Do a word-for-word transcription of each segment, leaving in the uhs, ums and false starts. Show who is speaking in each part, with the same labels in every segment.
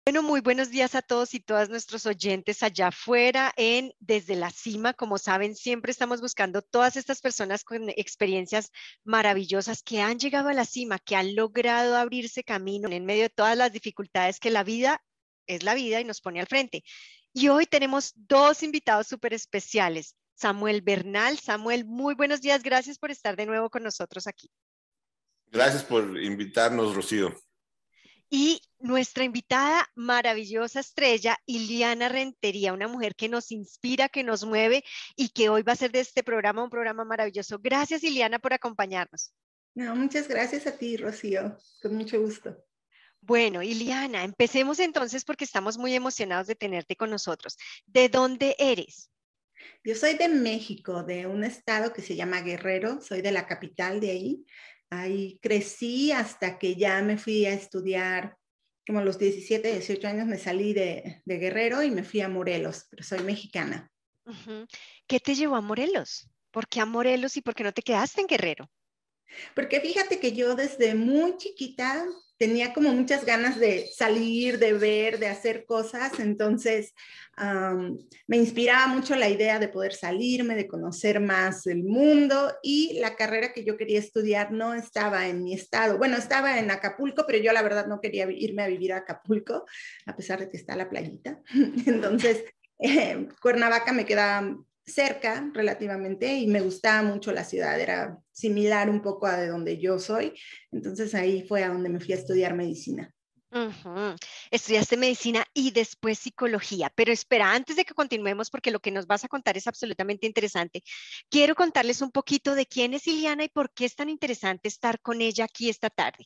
Speaker 1: Bueno, muy buenos días a todos y todas nuestros oyentes allá afuera en Desde la Cima. Como saben, siempre estamos buscando todas estas personas con experiencias maravillosas que han llegado a la cima, que han logrado abrirse camino en medio de todas las dificultades que la vida es la vida y nos pone al frente. Y hoy tenemos dos invitados súper especiales. Samuel Bernal. Samuel, muy buenos días. Gracias por estar de nuevo con nosotros aquí.
Speaker 2: Gracias por invitarnos, Rocío.
Speaker 1: Y nuestra invitada maravillosa estrella, Iliana Rentería, una mujer que nos inspira, que nos mueve y que hoy va a ser de este programa un programa maravilloso. Gracias, Iliana, por acompañarnos.
Speaker 3: No, muchas gracias a ti, Rocío, con mucho gusto.
Speaker 1: Bueno, Iliana, empecemos entonces porque estamos muy emocionados de tenerte con nosotros. ¿De dónde eres?
Speaker 3: Yo soy de México, de un estado que se llama Guerrero, soy de la capital de ahí. Ahí crecí hasta que ya me fui a estudiar, como a los diecisiete, dieciocho años me salí de, de Guerrero y me fui a Morelos, pero soy mexicana.
Speaker 1: Uh-huh. ¿Qué te llevó a Morelos? ¿Por qué a Morelos y por qué no te quedaste en Guerrero?
Speaker 3: Porque fíjate que yo desde muy chiquita tenía como muchas ganas de salir, de ver, de hacer cosas, entonces um, me inspiraba mucho la idea de poder salirme, de conocer más el mundo, y la carrera que yo quería estudiar no estaba en mi estado. Bueno, estaba en Acapulco, pero yo la verdad no quería irme a vivir a Acapulco, a pesar de que está la playita. Entonces, eh, Cuernavaca me quedaba cerca relativamente y me gustaba mucho la ciudad, era similar un poco a de donde yo soy, entonces ahí fue a donde me fui a estudiar medicina.
Speaker 1: Uh-huh. Estudiaste medicina y después psicología, pero espera, antes de que continuemos, porque lo que nos vas a contar es absolutamente interesante, quiero contarles un poquito de quién es Iliana y por qué es tan interesante estar con ella aquí esta tarde.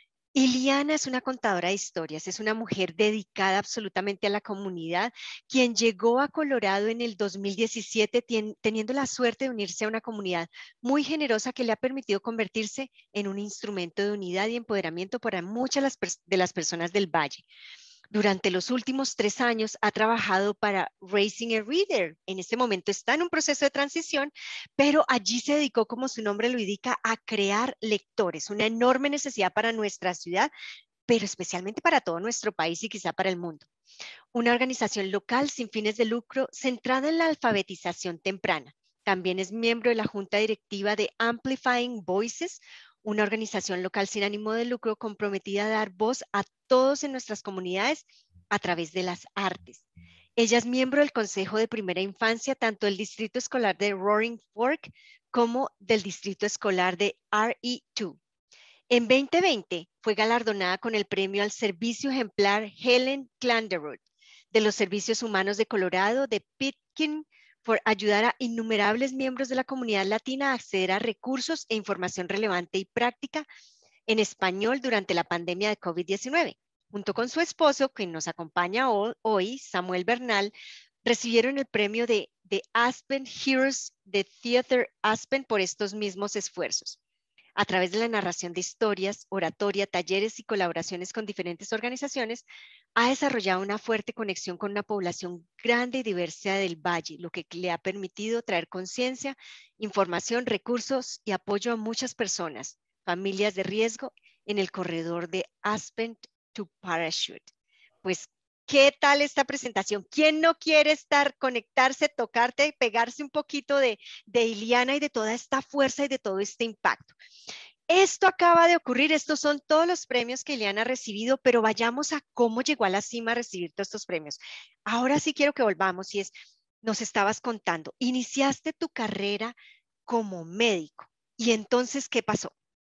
Speaker 1: Iliana es una contadora de historias, es una mujer dedicada absolutamente a la comunidad, quien llegó a Colorado en el dos mil diecisiete tien, teniendo la suerte de unirse a una comunidad muy generosa que le ha permitido convertirse en un instrumento de unidad y empoderamiento para muchas de las, de las personas del Valle. Durante los últimos tres años ha trabajado para Raising a Reader. En este momento está en un proceso de transición, pero allí se dedicó, como su nombre lo indica, a crear lectores, una enorme necesidad para nuestra ciudad, pero especialmente para todo nuestro país y quizá para el mundo. Una organización local sin fines de lucro centrada en la alfabetización temprana. También es miembro de la junta directiva de Amplifying Voices, una organización local sin ánimo de lucro comprometida a dar voz a todos en nuestras comunidades a través de las artes. Ella es miembro del Consejo de Primera Infancia, tanto del Distrito Escolar de Roaring Fork como del Distrito Escolar de R E dos. En veinte veinte fue galardonada con el premio al servicio ejemplar Helen Klanderud de los Servicios Humanos de Colorado de Pitkin por ayudar a innumerables miembros de la comunidad latina a acceder a recursos e información relevante y práctica en español durante la pandemia de COVID diecinueve. Junto con su esposo, quien nos acompaña hoy, Samuel Bernal, recibieron el premio de, de Aspen Heroes de Theater Aspen por estos mismos esfuerzos. A través de la narración de historias, oratoria, talleres y colaboraciones con diferentes organizaciones, ha desarrollado una fuerte conexión con una población grande y diversa del Valle, lo que le ha permitido traer conciencia, información, recursos y apoyo a muchas personas, familias de riesgo en el corredor de Aspen to Parachute. Pues, ¿qué tal esta presentación? ¿Quién no quiere estar, conectarse, tocarte, pegarse un poquito de, de Iliana y de toda esta fuerza y de todo este impacto? Esto acaba de ocurrir, estos son todos los premios que Iliana ha recibido, pero vayamos a cómo llegó a la cima a recibir todos estos premios. Ahora sí quiero que volvamos y es, nos estabas contando, iniciaste tu carrera como médico y entonces, ¿qué pasó?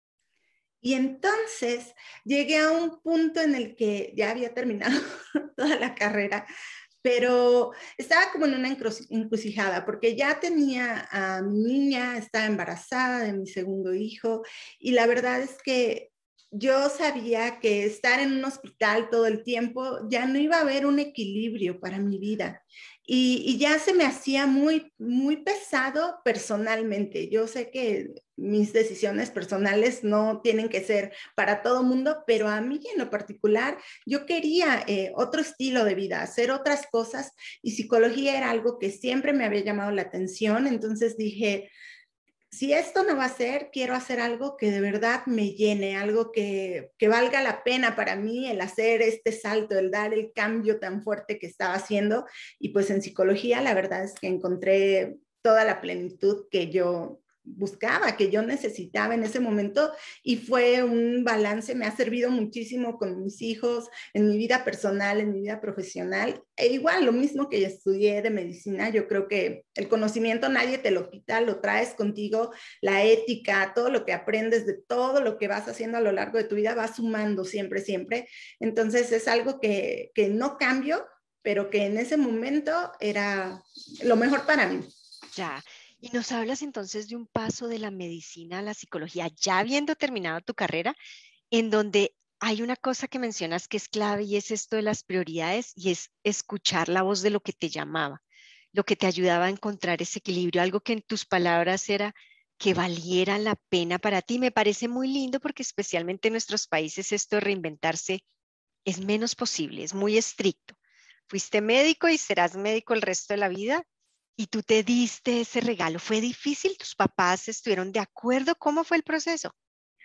Speaker 3: Y entonces llegué a un punto en el que ya había terminado toda la carrera, pero estaba como en una encrucijada, porque ya tenía a mi niña, estaba embarazada de mi segundo hijo, y la verdad es que yo sabía que estar en un hospital todo el tiempo ya no iba a haber un equilibrio para mi vida. Y, y ya se me hacía muy, muy pesado personalmente. Yo sé que mis decisiones personales no tienen que ser para todo mundo, pero a mí en lo particular yo quería eh, otro estilo de vida, hacer otras cosas, y psicología era algo que siempre me había llamado la atención. Entonces dije, si esto no va a ser, quiero hacer algo que de verdad me llene, algo que, que valga la pena para mí el hacer este salto, el dar el cambio tan fuerte que estaba haciendo. Y pues en psicología la verdad es que encontré toda la plenitud que yo buscaba, que yo necesitaba en ese momento, y fue un balance, me ha servido muchísimo con mis hijos, en mi vida personal, en mi vida profesional, e igual lo mismo que estudié de medicina. Yo creo que el conocimiento nadie te lo quita, lo traes contigo, la ética, todo lo que aprendes de todo lo que vas haciendo a lo largo de tu vida va sumando siempre, siempre. Entonces es algo que, que no cambio, pero que en ese momento era lo mejor para mí.
Speaker 1: Ya. Y nos hablas entonces de un paso de la medicina a la psicología, ya habiendo terminado tu carrera, en donde hay una cosa que mencionas que es clave y es esto de las prioridades y es escuchar la voz de lo que te llamaba, lo que te ayudaba a encontrar ese equilibrio, algo que en tus palabras era que valiera la pena para ti. Me parece muy lindo porque especialmente en nuestros países esto de reinventarse es menos posible, es muy estricto. Fuiste médico y serás médico el resto de la vida y tú te diste ese regalo. ¿Fue difícil? ¿Tus papás estuvieron de acuerdo? ¿Cómo fue el proceso?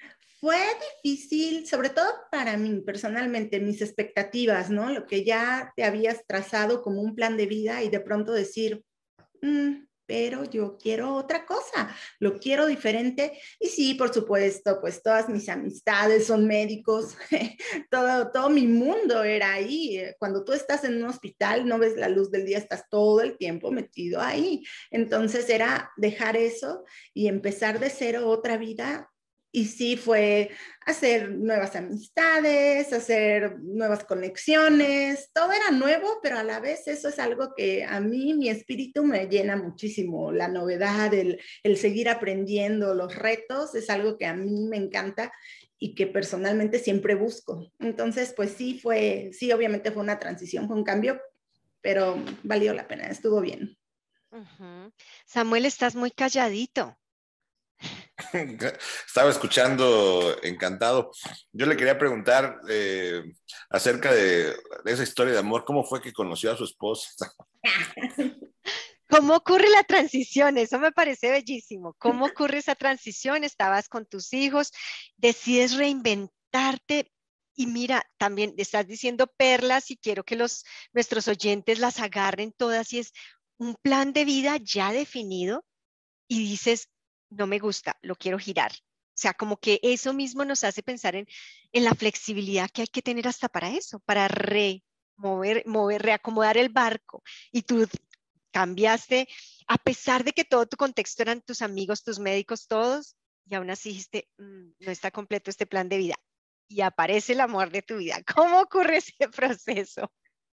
Speaker 3: Fue difícil, sobre todo para mí personalmente, mis expectativas, ¿no? Lo que ya te habías trazado como un plan de vida y de pronto decir, mm, pero yo quiero otra cosa, lo quiero diferente. Y sí, por supuesto, pues todas mis amistades son médicos, todo, todo mi mundo era ahí. Cuando tú estás en un hospital, no ves la luz del día, estás todo el tiempo metido ahí. Entonces era dejar eso y empezar de cero otra vida. Y sí, fue hacer nuevas amistades, hacer nuevas conexiones, todo era nuevo, pero a la vez eso es algo que a mí, mi espíritu me llena muchísimo. La novedad, el, el seguir aprendiendo, los retos, es algo que a mí me encanta y que personalmente siempre busco. Entonces, pues sí, fue, sí, obviamente fue una transición, fue un cambio, pero valió la pena, estuvo bien.
Speaker 1: Ujú. Samuel, estás muy calladito.
Speaker 2: Estaba escuchando encantado. Yo le quería preguntar eh, acerca de, de esa historia de amor. ¿Cómo fue que conoció a su esposa?
Speaker 1: ¿Cómo ocurre la transición? Eso me parece bellísimo. ¿Cómo ocurre esa transición? Estabas con tus hijos, decides reinventarte y mira, también estás diciendo perlas y quiero que los, nuestros oyentes las agarren todas y es un plan de vida ya definido y dices, no me gusta, lo quiero girar. O sea, como que eso mismo nos hace pensar en, en la flexibilidad que hay que tener hasta para eso, para remover, mover, reacomodar el barco. Y tú cambiaste, a pesar de que todo tu contexto eran tus amigos, tus médicos, todos, y aún así dijiste, "Mm, no está completo este plan de vida. Y aparece el amor de tu vida. ¿Cómo ocurre ese proceso?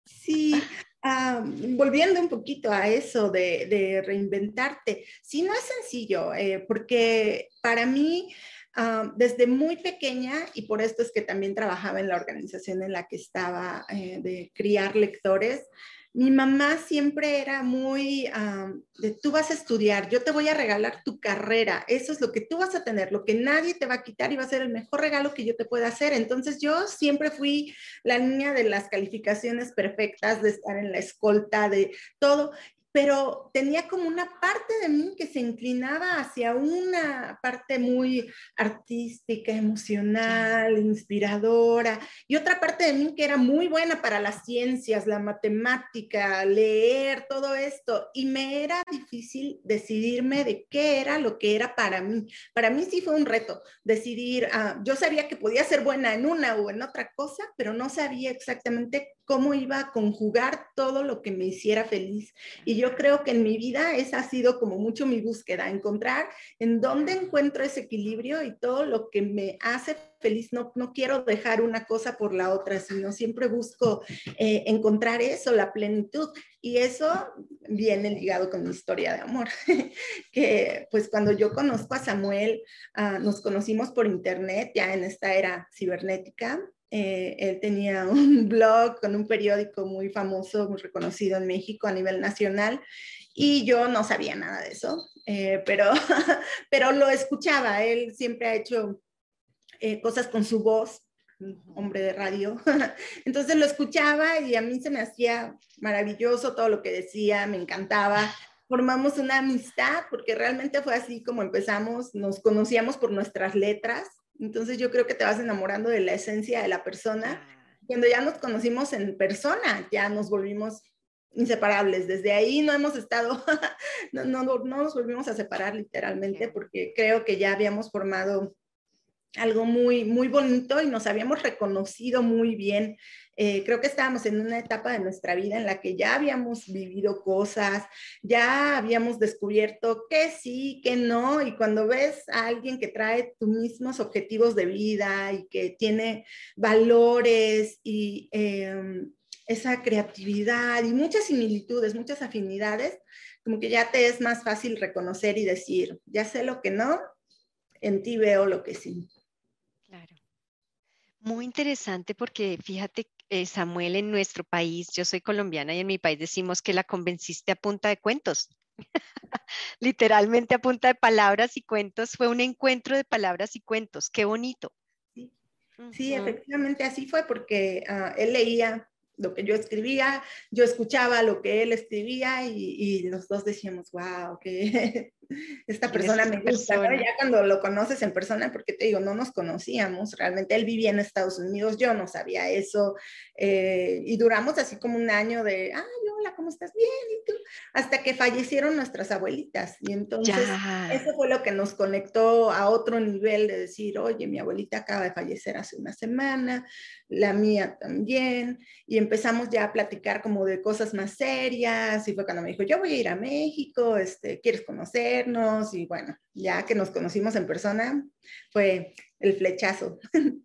Speaker 3: Sí, ah, volviendo un poquito a eso de, de reinventarte, sí, no es sencillo, eh, porque para mí, ah, desde muy pequeña, y por esto es que también trabajaba en la organización en la que estaba, eh, de criar lectores, mi mamá siempre era muy, ah, de tú vas a estudiar, yo te voy a regalar tu carrera, eso es lo que tú vas a tener, lo que nadie te va a quitar y va a ser el mejor regalo que yo te pueda hacer. Entonces yo siempre fui la niña de las calificaciones perfectas, de estar en la escolta, de todo, pero tenía como una parte de mí que se inclinaba hacia una parte muy artística,
Speaker 1: Ya.
Speaker 3: emocional, inspiradora, y otra parte de mí que era muy buena para las ciencias, la matemática, leer, todo esto, y me era difícil decidirme de qué era lo que era para mí. Para mí sí fue un reto decidir, uh, yo sabía que podía ser buena en una o en otra cosa, pero no sabía exactamente cómo iba a conjugar todo lo que me hiciera feliz. Y yo creo que en mi vida esa ha sido como mucho mi búsqueda, encontrar en dónde encuentro ese equilibrio y todo lo que me hace feliz. No, no quiero dejar una cosa por la otra, sino siempre busco eh, encontrar eso, la plenitud. Y eso viene ligado con mi historia de amor, que pues cuando yo conozco a Samuel, uh, nos conocimos por internet, ya en esta era cibernética. Eh, él tenía un blog con un periódico muy famoso, muy reconocido en México a nivel nacional, y yo no sabía nada de eso, eh, pero, pero lo escuchaba. Él siempre ha hecho eh, cosas con su voz, un hombre de radio. Entonces lo escuchaba y a mí se me hacía maravilloso todo lo que decía, me encantaba. formamos una amistad, porque realmente fue así como empezamos, nos conocíamos por nuestras letras, entonces yo creo que te vas enamorando de la esencia de la persona.
Speaker 1: Ah,
Speaker 3: Cuando ya nos conocimos en persona, ya nos volvimos inseparables. Desde ahí no hemos estado, no, no, no nos volvimos a separar literalmente,
Speaker 1: qué
Speaker 3: porque creo que ya habíamos formado algo muy, muy bonito y nos habíamos reconocido muy bien. Eh, creo que estábamos en una etapa de nuestra vida en la que ya habíamos vivido cosas, ya habíamos descubierto que sí, que no, y cuando ves a alguien que trae tus mismos objetivos de vida y que tiene valores y eh, esa creatividad y muchas similitudes, muchas afinidades, como que ya te es más fácil reconocer y decir, ya sé lo que no, en ti veo lo que sí.
Speaker 1: claro. Muy interesante porque fíjate, eh, Samuel, en nuestro país, yo soy colombiana y en mi país decimos que la convenciste a punta de cuentos. Literalmente a punta de palabras y cuentos. Fue un encuentro de palabras y cuentos. Qué bonito.
Speaker 3: Sí, sí,
Speaker 1: Ujú.
Speaker 3: efectivamente así fue porque uh, él leía lo que yo escribía, yo escuchaba lo que él escribía y, y los dos decíamos, wow, que esta
Speaker 1: ¿Quién es
Speaker 3: persona
Speaker 1: esta
Speaker 3: me gusta, ¿no?
Speaker 1: persona?
Speaker 3: Ya cuando lo conoces en persona, porque te digo, no nos conocíamos, realmente él vivía en Estados Unidos, yo no sabía eso, eh, y duramos así como un año de, ay, hola, ¿cómo estás? Bien, ¿y tú? Hasta que fallecieron nuestras abuelitas, y entonces
Speaker 1: Ya.
Speaker 3: eso fue lo que nos conectó a otro nivel de decir, oye, mi abuelita acaba de fallecer hace una semana, la mía también, y empezamos ya a platicar como de cosas más serias, y fue cuando me dijo, yo voy a ir a México, este, ¿quieres conocernos? Y bueno, ya que nos conocimos en persona, fue el flechazo.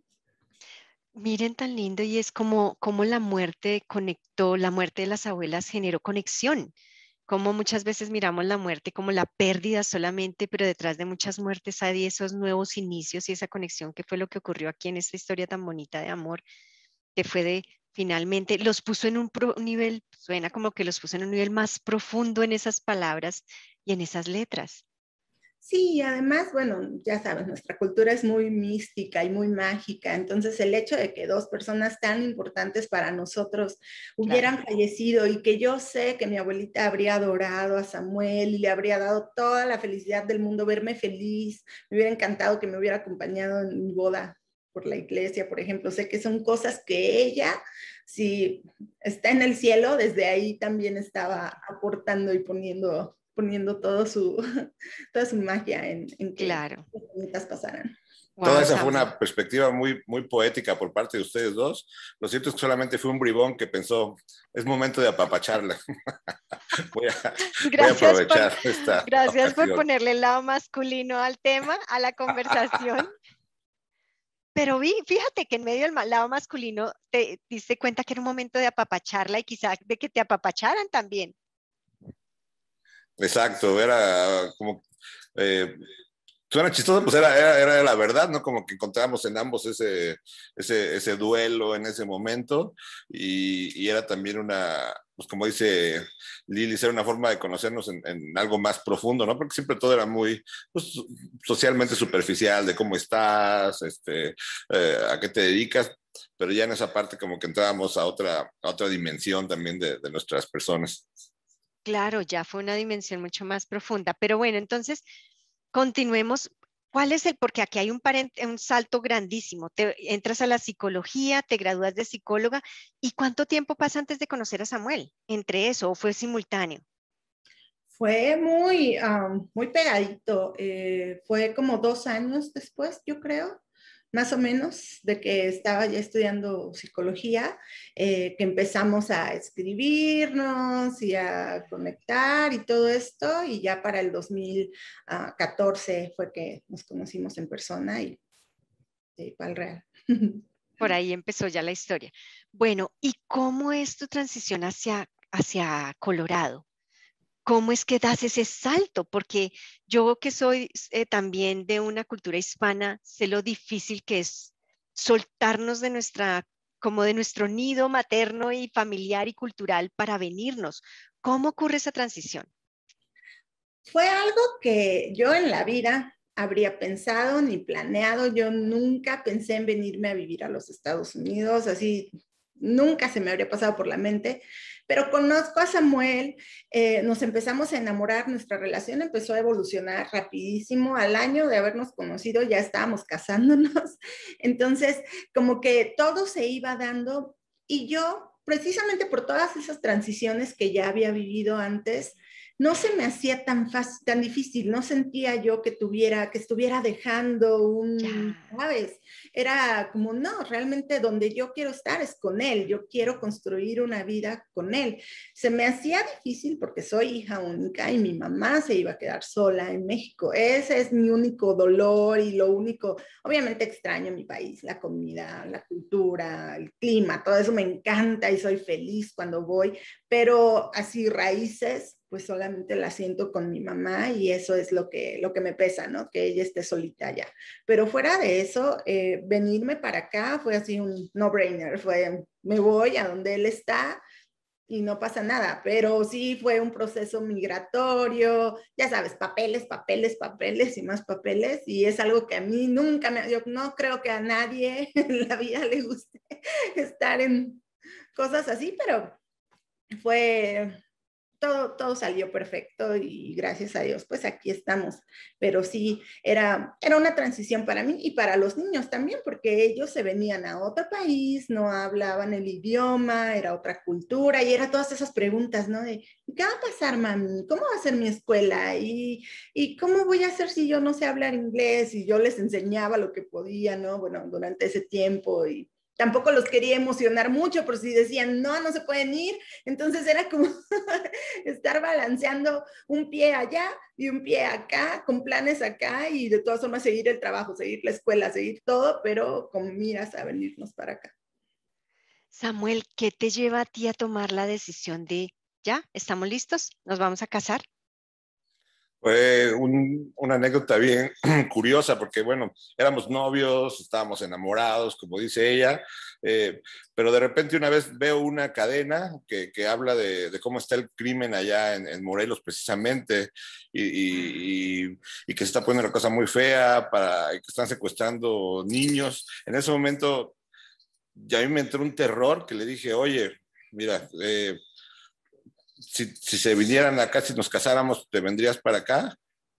Speaker 1: Miren tan lindo y es como, como la muerte conectó, la muerte de las abuelas generó conexión. Como muchas veces miramos la muerte como la pérdida solamente, pero detrás de muchas muertes hay esos nuevos inicios y esa conexión que fue lo que ocurrió aquí en esta historia tan bonita de amor, que fue de finalmente los puso en un pro- nivel, suena como que los puso en un nivel más profundo en esas palabras y en esas letras.
Speaker 3: Sí, además, bueno, ya sabes, nuestra cultura es muy mística y muy mágica, entonces el hecho de que dos personas tan importantes para nosotros
Speaker 1: Claro.
Speaker 3: hubieran fallecido y que yo sé que mi abuelita habría adorado a Samuel y le habría dado toda la felicidad del mundo, verme feliz, me hubiera encantado que me hubiera acompañado en mi boda por la iglesia, por ejemplo, sé que son cosas que ella, si está en el cielo, desde ahí también estaba aportando y poniendo, poniendo todo su, toda su magia en, en que
Speaker 1: Claro.
Speaker 3: las bonitas pasaran.
Speaker 2: Toda
Speaker 1: Wow,
Speaker 2: esa fue
Speaker 1: Samuel.
Speaker 2: una perspectiva muy, muy poética por parte de ustedes dos. Lo cierto es que solamente fue un bribón que pensó, es momento de apapacharla. Voy a, voy a
Speaker 1: Gracias por,
Speaker 2: aprovechar esta
Speaker 1: gracias por
Speaker 2: ocasión.
Speaker 1: ponerle el lado masculino al tema, a la conversación. Pero vi, fíjate que en medio del ma- lado masculino te diste cuenta que era un momento de apapacharla y quizá de que te apapacharan también.
Speaker 2: Exacto, era como... Eh, suena chistoso, pues era, era, era, la verdad, ¿no? Como que encontrábamos en ambos ese, ese, ese duelo en ese momento y, y, era también una, pues como dice Lili, era una forma de conocernos en, en algo más profundo, ¿no? Porque siempre todo era muy pues, socialmente superficial, de cómo estás, este, eh, a qué te dedicas, pero ya en esa parte como que entrábamos a otra, a otra dimensión también de, de nuestras personas.
Speaker 1: Claro, ya fue una dimensión mucho más profunda. Pero bueno, entonces continuemos. ¿Cuál es el? Porque aquí hay un, paren- un salto grandísimo. Te entras a la psicología, te gradúas de psicóloga. ¿Y cuánto tiempo pasa antes de conocer a Samuel? Entre eso, ¿o fue simultáneo?
Speaker 3: Fue muy, um, muy pegadito, eh, fue como dos años después, yo creo, más o menos, de que estaba ya estudiando psicología, eh, que empezamos a escribirnos y a conectar y todo esto, y ya para el dos mil catorce fue que nos conocimos en persona y, y para el real.
Speaker 1: Por ahí empezó ya la historia. Bueno, ¿y cómo es tu transición hacia, hacia Colorado? ¿Cómo es que das ese salto? Porque yo que soy eh, también de una cultura hispana, sé lo difícil que es soltarnos de nuestra, como de nuestro nido materno y familiar y cultural para venirnos. ¿Cómo ocurre esa transición?
Speaker 3: Fue algo que yo en la vida habría pensado ni planeado. Yo nunca pensé en venirme a vivir a los Estados Unidos, así nunca se me habría pasado por la mente, pero conozco a Samuel, eh, nos empezamos a enamorar, nuestra relación empezó a evolucionar rapidísimo, al año de habernos conocido ya estábamos casándonos, entonces como que todo se iba dando y yo, precisamente por todas esas transiciones que ya había vivido antes, no se me hacía tan fácil, tan difícil, no sentía yo que tuviera, que estuviera dejando un,
Speaker 1: Ya.
Speaker 3: ¿sabes? Era como, no, realmente donde yo quiero estar es con él, yo quiero construir una vida con él. Se me hacía difícil porque soy hija única y mi mamá se iba a quedar sola en México. Ese es mi único dolor y lo único, obviamente extraño mi país, la comida, la cultura, el clima, todo eso me encanta y soy feliz cuando voy, pero así raíces pues solamente la siento con mi mamá y eso es lo que, lo que me pesa, ¿no? Que ella esté solita allá. Pero fuera de eso, eh, venirme para acá fue así un no-brainer, fue me voy a donde él está y no pasa nada, pero sí fue un proceso migratorio, ya sabes, papeles, papeles, papeles y más papeles, y es algo que a mí nunca me, yo no creo que a nadie en la vida le guste estar en cosas así, pero fue, todo, todo salió perfecto y gracias a Dios, pues aquí estamos. Pero sí, era, era una transición para mí y para los niños también, porque ellos se venían a otro país, no hablaban el idioma, era otra cultura y era todas esas preguntas, ¿no? De, ¿qué va a pasar, mami? ¿Cómo va a ser mi escuela? ¿Y, y cómo voy a hacer si yo no sé hablar inglés? Y yo les enseñaba lo que podía, ¿no? Bueno, durante ese tiempo y tampoco los quería emocionar mucho, por si decían, no, no se pueden ir. Entonces era como estar balanceando un pie allá y un pie acá, con planes acá y de todas formas seguir el trabajo, seguir la escuela, seguir todo, pero con miras a venirnos para acá.
Speaker 1: Samuel, ¿qué te lleva a ti a tomar la decisión de, ya, estamos listos, nos vamos a casar?
Speaker 2: Fue un, una anécdota bien curiosa porque, bueno, éramos novios, estábamos enamorados, como dice ella, eh, pero de repente una vez veo una cadena que, que habla de, de, cómo está el crimen allá en, en Morelos precisamente y, y, y, y, que se está poniendo la cosa muy fea, para, y que están secuestrando niños. En ese momento ya a mí me entró un terror que le dije, oye, mira, eh, si, si se vinieran acá, si nos casáramos, ¿te vendrías para acá?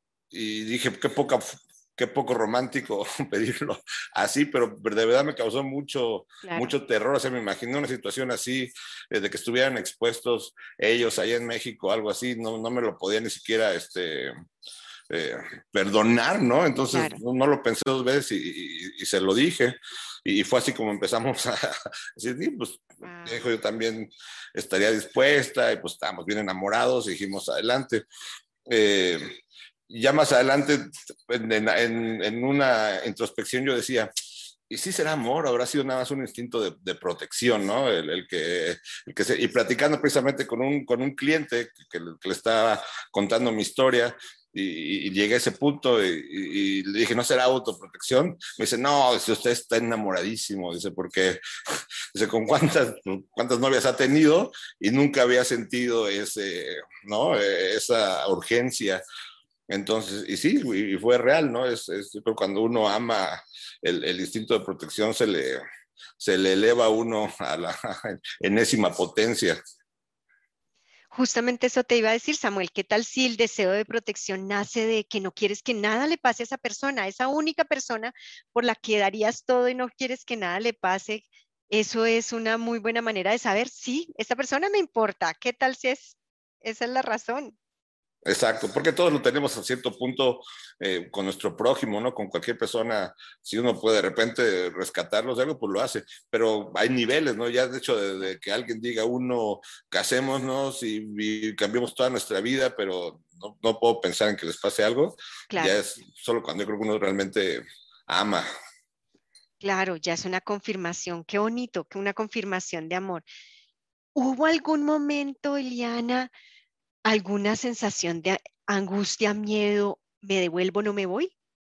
Speaker 2: Y dije, qué poca, qué poco romántico pedirlo así, pero de verdad me causó mucho,
Speaker 1: Claro.
Speaker 2: mucho terror. O sea, me imaginé una situación así, eh, de que estuvieran expuestos ellos allá en México, algo así, no, no me lo podía ni siquiera este, eh, perdonar, ¿no? Entonces
Speaker 1: Claro.
Speaker 2: no, no lo pensé dos veces y, y, y se lo dije. Y fue así como empezamos a decir, sí, pues,
Speaker 1: Wow.
Speaker 2: dijo, yo también estaría dispuesta, y pues estábamos bien enamorados y dijimos adelante. Eh, ya más adelante, en, en, en, una introspección, yo decía, ¿y si será amor? ¿Habrá sido nada más un instinto de, de protección, ¿no? El, el, que, el que se, y platicando precisamente con un, con un cliente que, que le estaba contando mi historia, y, y llegué a ese punto y, y, y le dije, ¿no será autoprotección? Me dice, no, dice, usted está enamoradísimo, dice, porque, dice, ¿con cuántas, cuántas novias ha tenido? Y nunca había sentido ese, ¿no? Esa urgencia. Entonces, y sí, y fue real, ¿no? Es, es cuando uno ama, el, el instinto de protección se le, se le eleva a uno a la enésima potencia.
Speaker 1: Justamente eso te iba a decir, Samuel, ¿qué tal si el deseo de protección nace de que no quieres que nada le pase a esa persona, a esa única persona por la que darías todo y no quieres que nada le pase? Eso es una muy buena manera de saber, sí, esta persona me importa. ¿Qué tal si es, esa es la razón?
Speaker 2: Exacto, porque todos lo tenemos a cierto punto, eh, con nuestro prójimo, ¿no? Con cualquier persona, si uno puede de repente rescatarlos de algo, pues lo hace, pero hay niveles, ¿no? Ya de hecho de, de que alguien diga uno, casémonos y, y cambiemos toda nuestra vida, pero no, no puedo pensar en que les pase algo, ya
Speaker 1: Claro,
Speaker 2: es solo cuando yo creo que uno realmente ama.
Speaker 1: claro, ya es una confirmación. Qué bonito, que una confirmación de amor. ¿Hubo algún momento, Eliana, alguna sensación de angustia, miedo, me devuelvo, no me voy?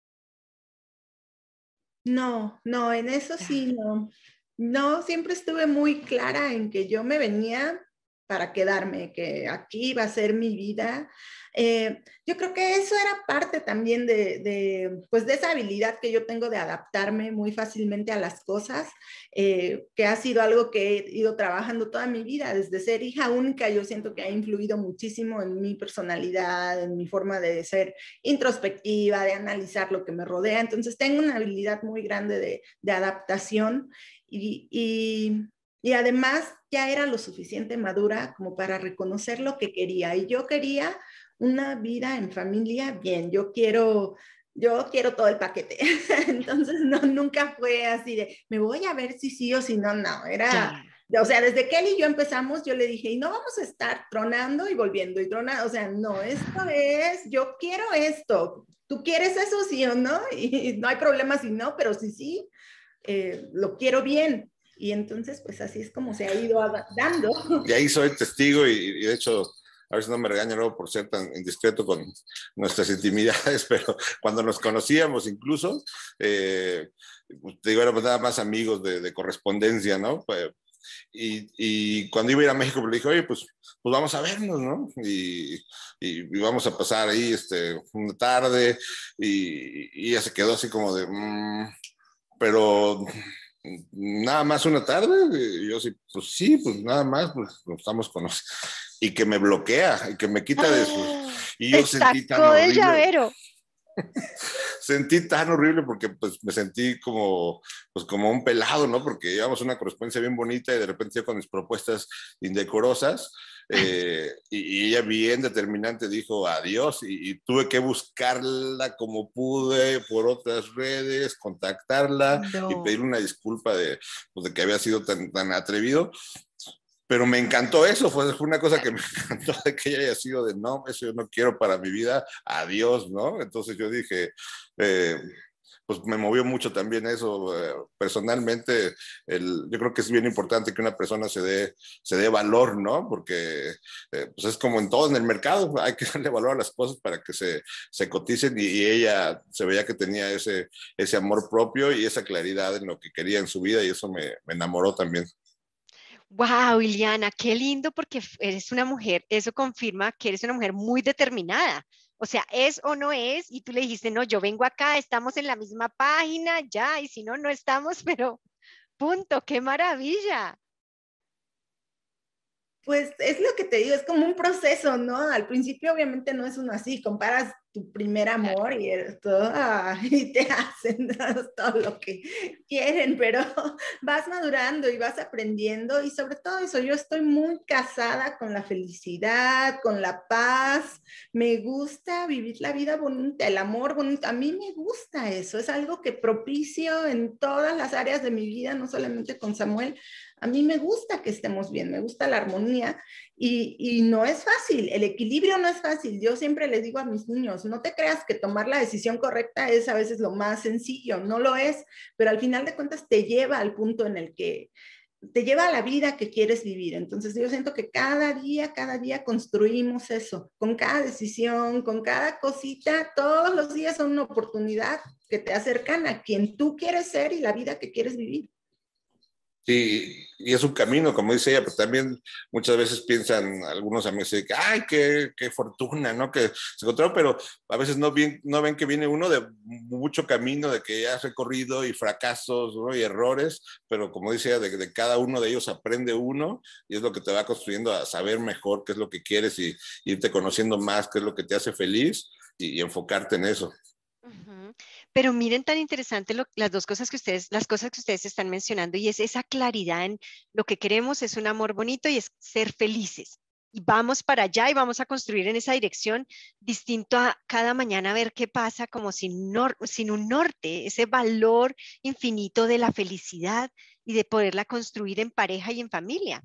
Speaker 3: No, no, en eso
Speaker 1: Ya.
Speaker 3: sí, no. No, siempre estuve muy clara en que yo me venía para quedarme, que aquí va a ser mi vida. Eh, yo creo que eso era parte también de, de, pues de esa habilidad que yo tengo de adaptarme muy fácilmente a las cosas, eh, que ha sido algo que he ido trabajando toda mi vida. Desde ser hija única, yo siento que ha influido muchísimo en mi personalidad, en mi forma de ser introspectiva, de analizar lo que me rodea. Entonces tengo una habilidad muy grande de, de adaptación y, y, y además ya era lo suficiente madura como para reconocer lo que quería. Y yo quería una vida en familia bien. Yo quiero, yo quiero todo el paquete. Entonces, no, nunca fue así de, me voy a ver si sí o si no, no. Era,
Speaker 1: Ya.
Speaker 3: o sea, desde que él y yo empezamos, yo le dije, y no vamos a estar tronando y volviendo y tronando. O sea, no, esto es, yo quiero esto. ¿Tú quieres eso, sí o no? Y no hay problema si no, pero si sí, eh, lo quiero bien. Y entonces, pues así es como se ha ido dando.
Speaker 2: Y ahí soy testigo y, y de hecho, a veces no me regaña luego por ser tan indiscreto con nuestras intimidades, pero cuando nos conocíamos incluso, eh, te digo, éramos nada más amigos de, de correspondencia, ¿no? Pues, y, y cuando iba a ir a México, le dije, oye, pues, pues vamos a vernos, ¿no? Y, y, y vamos a pasar ahí este, una tarde, y, y ella se quedó así como de, mmm, pero nada más una tarde. Y yo sí, pues sí, pues nada más, pues nos estamos conociendo. Y que me bloquea, y que me quita de sus...
Speaker 1: ¡Ah!
Speaker 2: Y
Speaker 1: Te
Speaker 2: yo sentí tan
Speaker 1: sacó del
Speaker 2: horrible,
Speaker 1: llavero.
Speaker 2: sentí tan horrible porque pues me sentí como, pues como un pelado, ¿no? Porque llevamos una correspondencia bien bonita y de repente yo con mis propuestas indecorosas, eh, y, y ella bien determinante dijo adiós, y, y tuve que buscarla como pude por otras redes, contactarla y
Speaker 1: No.
Speaker 2: pedirle una disculpa de, pues, de que había sido tan, tan atrevido. Pero me encantó eso, fue, fue una cosa que me encantó de que ella haya sido de no, eso yo no quiero para mi vida, adiós, ¿no? Entonces yo dije, eh, pues me movió mucho también eso. Eh, personalmente, el, yo creo que es bien importante que una persona se dé, se dé valor, ¿no? Porque eh, pues es como en todo en el mercado, hay que darle valor a las cosas para que se, se coticen, y, y ella se veía que tenía ese, ese amor propio y esa claridad en lo que quería en su vida, y eso me, me enamoró también.
Speaker 1: Wow, Iliana, qué lindo porque f- eres una mujer, eso confirma que eres una mujer muy determinada. O sea, es o no es, y tú le dijiste, no, yo vengo acá, estamos en la misma página, ya, y si no, no estamos, pero punto, qué maravilla.
Speaker 3: Pues es lo que te digo, es como un proceso, ¿no? Al principio obviamente no es uno así, comparas tu primer
Speaker 1: Claro.
Speaker 3: amor y esto, ah, y te hacen todo lo que quieren, pero vas madurando y vas aprendiendo, y sobre todo eso, yo estoy muy casada con la felicidad, con la paz. Me gusta vivir la vida bonita, el amor bonito, a mí me gusta eso, es algo que propicio en todas las áreas de mi vida, no solamente con Samuel. A mí me gusta que estemos bien, me gusta la armonía, y, y no es fácil, el equilibrio no es fácil. Yo siempre les digo a mis niños, no te creas que tomar la decisión correcta es a veces lo más sencillo, no lo es, pero al final de cuentas te lleva al punto en el que te lleva a la vida que quieres vivir. Entonces yo siento que cada día, cada día construimos eso, con cada decisión, con cada cosita, todos los días son una oportunidad que te acercan a quien tú quieres ser y la vida que quieres vivir.
Speaker 2: Sí, y es un camino, como dice ella, pero también muchas veces piensan algunos amigos de que, ay, qué, qué fortuna, ¿no? Que se encontró, pero a veces no, bien, no ven que viene uno de mucho camino, de que ya has recorrido, y fracasos, ¿no? Y errores, pero como dice ella, de, de cada uno de ellos aprende uno, y es lo que te va construyendo a saber mejor qué es lo que quieres, y irte conociendo más qué es lo que te hace feliz, y, y enfocarte en eso.
Speaker 1: Ujú. Pero miren tan interesante lo- las dos cosas que ustedes, las cosas que ustedes están mencionando, y es esa claridad en lo que queremos es un amor bonito y es ser felices. Y vamos para allá y vamos a construir en esa dirección, distinto a cada mañana ver qué pasa, como sin, nor- sin un norte, ese valor infinito de la felicidad y de poderla construir en pareja y en familia.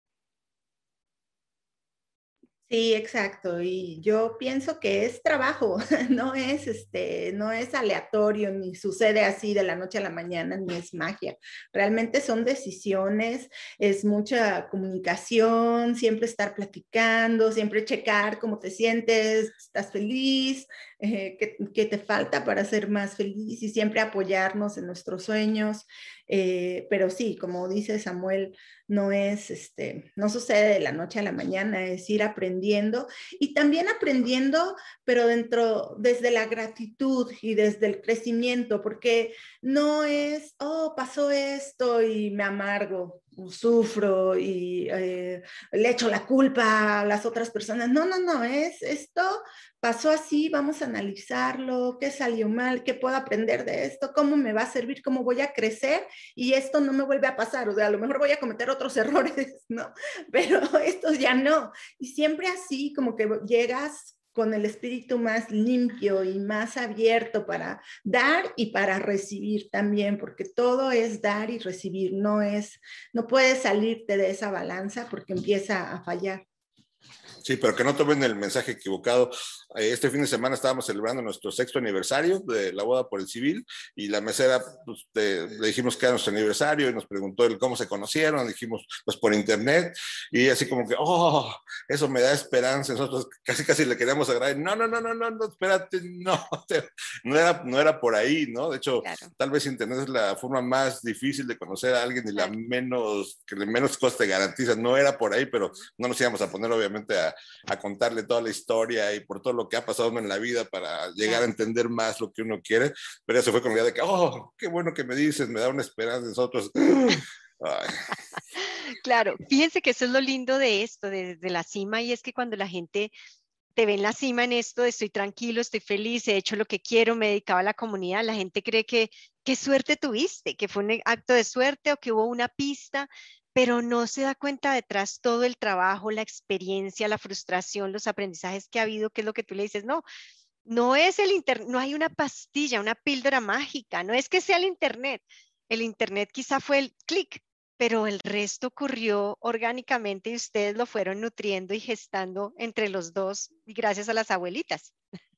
Speaker 3: Sí, exacto. Y yo pienso que es trabajo, no es este, no es aleatorio, ni sucede así de la noche a la mañana, ni es magia. Realmente son decisiones, es mucha comunicación, siempre estar platicando, siempre checar cómo te sientes, estás feliz, eh, qué, qué te falta para ser más feliz, y siempre apoyarnos en nuestros sueños. Eh, pero sí, como dice Samuel, no es, este, no sucede de la noche a la mañana, es ir aprendiendo y también aprendiendo, pero dentro, desde la gratitud y desde el crecimiento, porque no es, oh, pasó esto y me amargo, sufro y eh, le echo la culpa a las otras personas. No, no, no, es esto pasó así, vamos a analizarlo, qué salió mal, qué puedo aprender de esto, cómo me va a servir, cómo voy a crecer y esto no me vuelve a pasar. O sea, a lo mejor voy a cometer otros errores, ¿no? Pero estos ya no. Y siempre así, como que llegas con el espíritu más limpio y más abierto para dar y para recibir también, porque todo es dar y recibir, no es, no puedes salirte de esa balanza porque empieza a fallar.
Speaker 2: Sí, pero que no tomen el mensaje equivocado. Este fin de semana estábamos celebrando nuestro sexto aniversario de la boda por el civil y la mesera, pues, te, le dijimos que era nuestro aniversario y nos preguntó el cómo se conocieron, dijimos, pues por internet, y así como que, oh, eso me da esperanza. Nosotros casi casi le queríamos agradar. No, no, no, no, no, no, espérate, no, te, no, era, no era por ahí, ¿no? De hecho, claro, tal vez internet es la forma más difícil de conocer a alguien y claro, la menos, que le menos coste garantiza. No era por ahí, pero no nos íbamos a poner obviamente a a contarle toda la historia y por todo lo que ha pasado uno en la vida para llegar a entender más lo que uno quiere, pero eso fue con la idea de que, oh, qué bueno que me dices, me da una esperanza de nosotros. Ay.
Speaker 1: Claro, fíjense que eso es lo lindo de esto, desde de la cima, y es que cuando la gente te ve en la cima en esto, de estoy tranquilo, estoy feliz, he hecho lo que quiero, me dedicaba a la comunidad, la gente cree que qué suerte tuviste, que fue un acto de suerte o que hubo una pista, pero no se da cuenta detrás todo el trabajo, la experiencia, la frustración, los aprendizajes que ha habido, que es lo que tú le dices, no, no es el internet, no hay una pastilla, una píldora mágica, no es que sea el internet, el internet quizá fue el clic, pero el resto ocurrió orgánicamente y ustedes lo fueron nutriendo y gestando entre los dos y gracias a las abuelitas.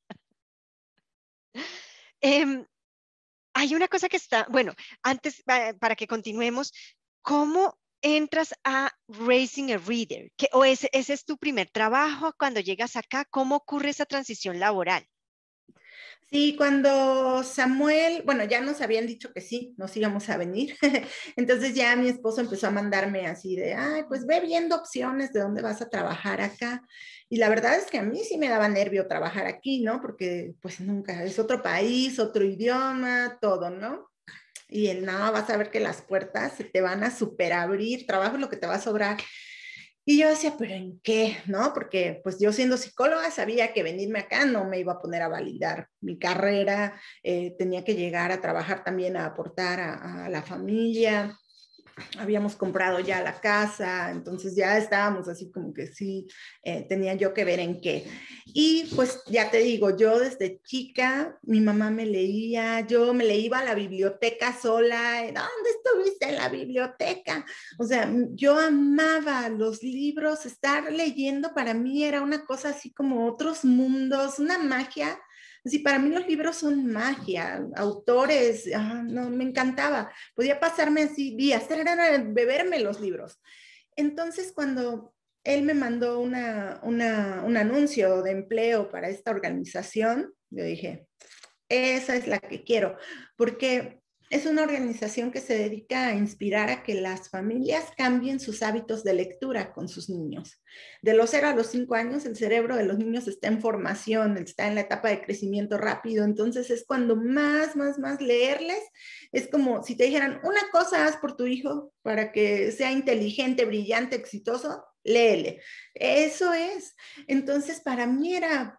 Speaker 1: eh, hay una cosa que está, bueno, antes para que continuemos, ¿cómo entras a Raising a Reader? ¿Qué, ¿O ese, ese es tu primer trabajo cuando llegas acá? ¿Cómo ocurre esa transición laboral?
Speaker 3: Sí, cuando Samuel, bueno, ya nos habían dicho que sí, nos íbamos a venir. Entonces ya mi esposo empezó a mandarme así de, ay, pues ve viendo opciones de dónde vas a trabajar acá. Y la verdad es que a mí sí me daba nervio trabajar aquí, ¿no? Porque pues nunca, es otro país, otro idioma, todo, ¿no? Y el no, vas a ver que las puertas se te van a super abrir, trabajo es lo que te va a sobrar. Y yo decía, ¿pero en qué? ¿No? Porque pues yo siendo psicóloga sabía que venirme acá no me iba a poner a validar mi carrera, eh, tenía que llegar a trabajar también, a aportar a, a la familia. Habíamos comprado ya la casa, entonces ya estábamos así como que sí, eh, tenía yo que ver en qué. Y pues ya te digo, yo desde chica, mi mamá me leía, yo me le iba a la biblioteca sola, ¿dónde estuviste en la biblioteca? O sea, yo amaba los libros, estar leyendo para mí era una cosa así como otros mundos, una magia. Sí, para mí los libros son magia, autores, ah, no, me encantaba. Podía pasarme así días, beberme los libros. Entonces, cuando él me mandó una, una, un anuncio de empleo para esta organización, yo dije, esa es la que quiero, porque es una organización que se dedica a inspirar a que las familias cambien sus hábitos de lectura con sus niños. De los cero a los cinco años, el cerebro de los niños está en formación, está en la etapa de crecimiento rápido, entonces es cuando más, más, más leerles, es como si te dijeran, una cosa haz por tu hijo para que sea inteligente, brillante, exitoso, léele. Eso es. Entonces, para mí era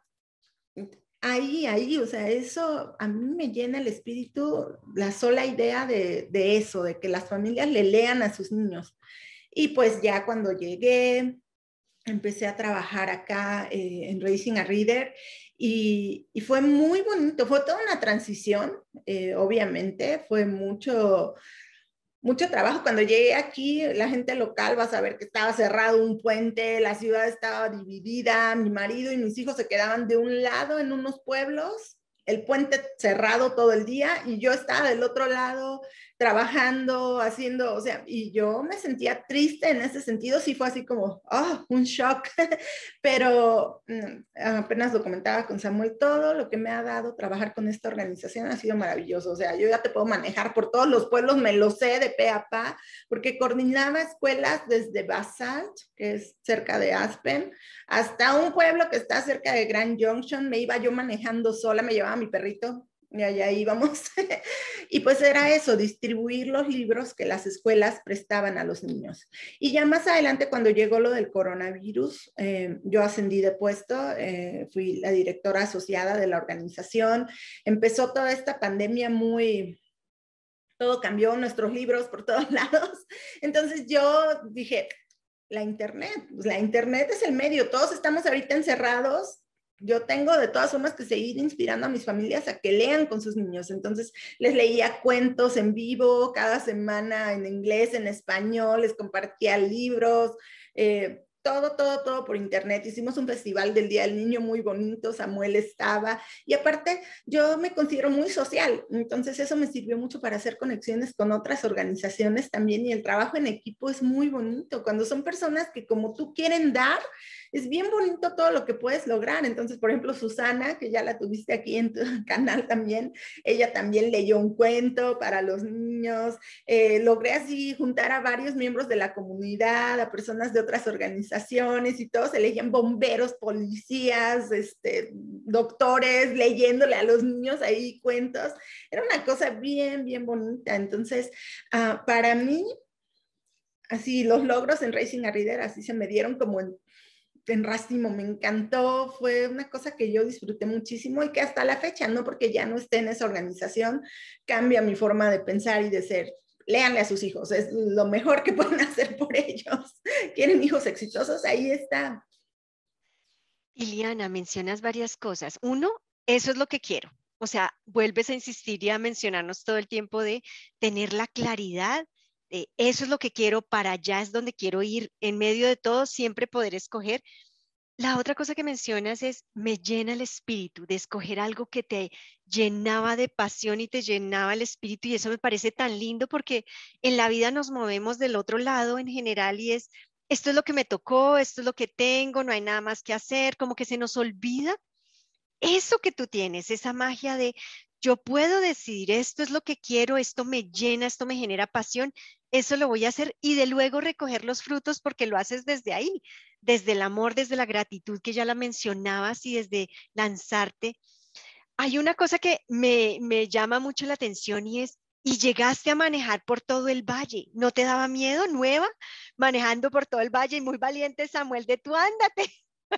Speaker 3: ahí, ahí, o sea, eso a mí me llena el espíritu, la sola idea de, de eso, de que las familias le lean a sus niños. Y pues ya cuando llegué, empecé a trabajar acá eh, en Raising a Reader y, y, fue muy bonito, fue toda una transición, eh, obviamente, fue mucho, mucho trabajo. Cuando llegué aquí, la gente local va a saber que estaba cerrado un puente, la ciudad estaba dividida, mi marido y mis hijos se quedaban de un lado en unos pueblos, el puente cerrado todo el día y yo estaba del otro lado trabajando, haciendo, o sea, y yo me sentía triste en ese sentido, sí fue así como, oh, un shock, pero mm, apenas lo comentaba con Samuel, todo lo que me ha dado trabajar con esta organización ha sido maravilloso, o sea, yo ya te puedo manejar por todos los pueblos, me lo sé de pe a pa, porque coordinaba escuelas desde Basalt, que es cerca de Aspen, hasta un pueblo que está cerca de Grand Junction, me iba yo manejando sola, me llevaba mi perrito, y allá íbamos. Y pues era eso, distribuir los libros que las escuelas prestaban a los niños. Y ya más adelante, cuando llegó lo del coronavirus, eh, yo ascendí de puesto, eh, fui la directora asociada de la organización. Empezó toda esta pandemia muy... Todo cambió, nuestros libros por todos lados. Entonces yo dije, la internet, pues la internet es el medio, todos estamos ahorita encerrados. Yo tengo de todas formas que seguir inspirando a mis familias a que lean con sus niños. Entonces les leía cuentos en vivo cada semana en inglés, en español, les compartía libros, eh, todo, todo, todo por internet. Hicimos un festival del Día del Niño muy bonito, Samuel estaba, y aparte yo me considero muy social, entonces eso me sirvió mucho para hacer conexiones con otras organizaciones también, y el trabajo en equipo es muy bonito, cuando son personas que como tú quieren dar, es bien bonito todo lo que puedes lograr. Entonces, por ejemplo, Susana, que ya la tuviste aquí en tu canal también, ella también leyó un cuento para los niños, eh, logré así juntar a varios miembros de la comunidad, a personas de otras organizaciones, y todos elegían bomberos, policías, este, doctores, leyéndole a los niños ahí cuentos. Era una cosa bien, bien bonita. Entonces, uh, para mí, así los logros en Raising a Reader así se me dieron como en en racimo, me encantó, fue una cosa que yo disfruté muchísimo y que hasta la fecha, no porque ya no esté en esa organización, cambia mi forma de pensar y de ser. Léanle a sus hijos, es lo mejor que pueden hacer por ellos. ¿Quieren hijos exitosos? Ahí está.
Speaker 1: Iliana, mencionas varias cosas. Uno, eso es lo que quiero. O sea, vuelves a insistir y a mencionarnos todo el tiempo de tener la claridad de eso es lo que quiero, para allá es donde quiero ir, en medio de todo siempre poder escoger. La otra cosa que mencionas es, me llena el espíritu de escoger algo que te llenaba de pasión y te llenaba el espíritu, y eso me parece tan lindo porque en la vida nos movemos del otro lado en general y es, esto es lo que me tocó, esto es lo que tengo, no hay nada más que hacer, como que se nos olvida eso que tú tienes, esa magia de yo puedo decidir, esto es lo que quiero, esto me llena, esto me genera pasión, eso lo voy a hacer, y de luego recoger los frutos porque lo haces desde ahí, desde el amor, desde la gratitud que ya la mencionabas y desde lanzarte. Hay una cosa que me, me llama mucho la atención y es, y llegaste a manejar por todo el valle, ¿no te daba miedo, nueva, manejando por todo el valle? Y muy valiente, Samuel, de tú ándate.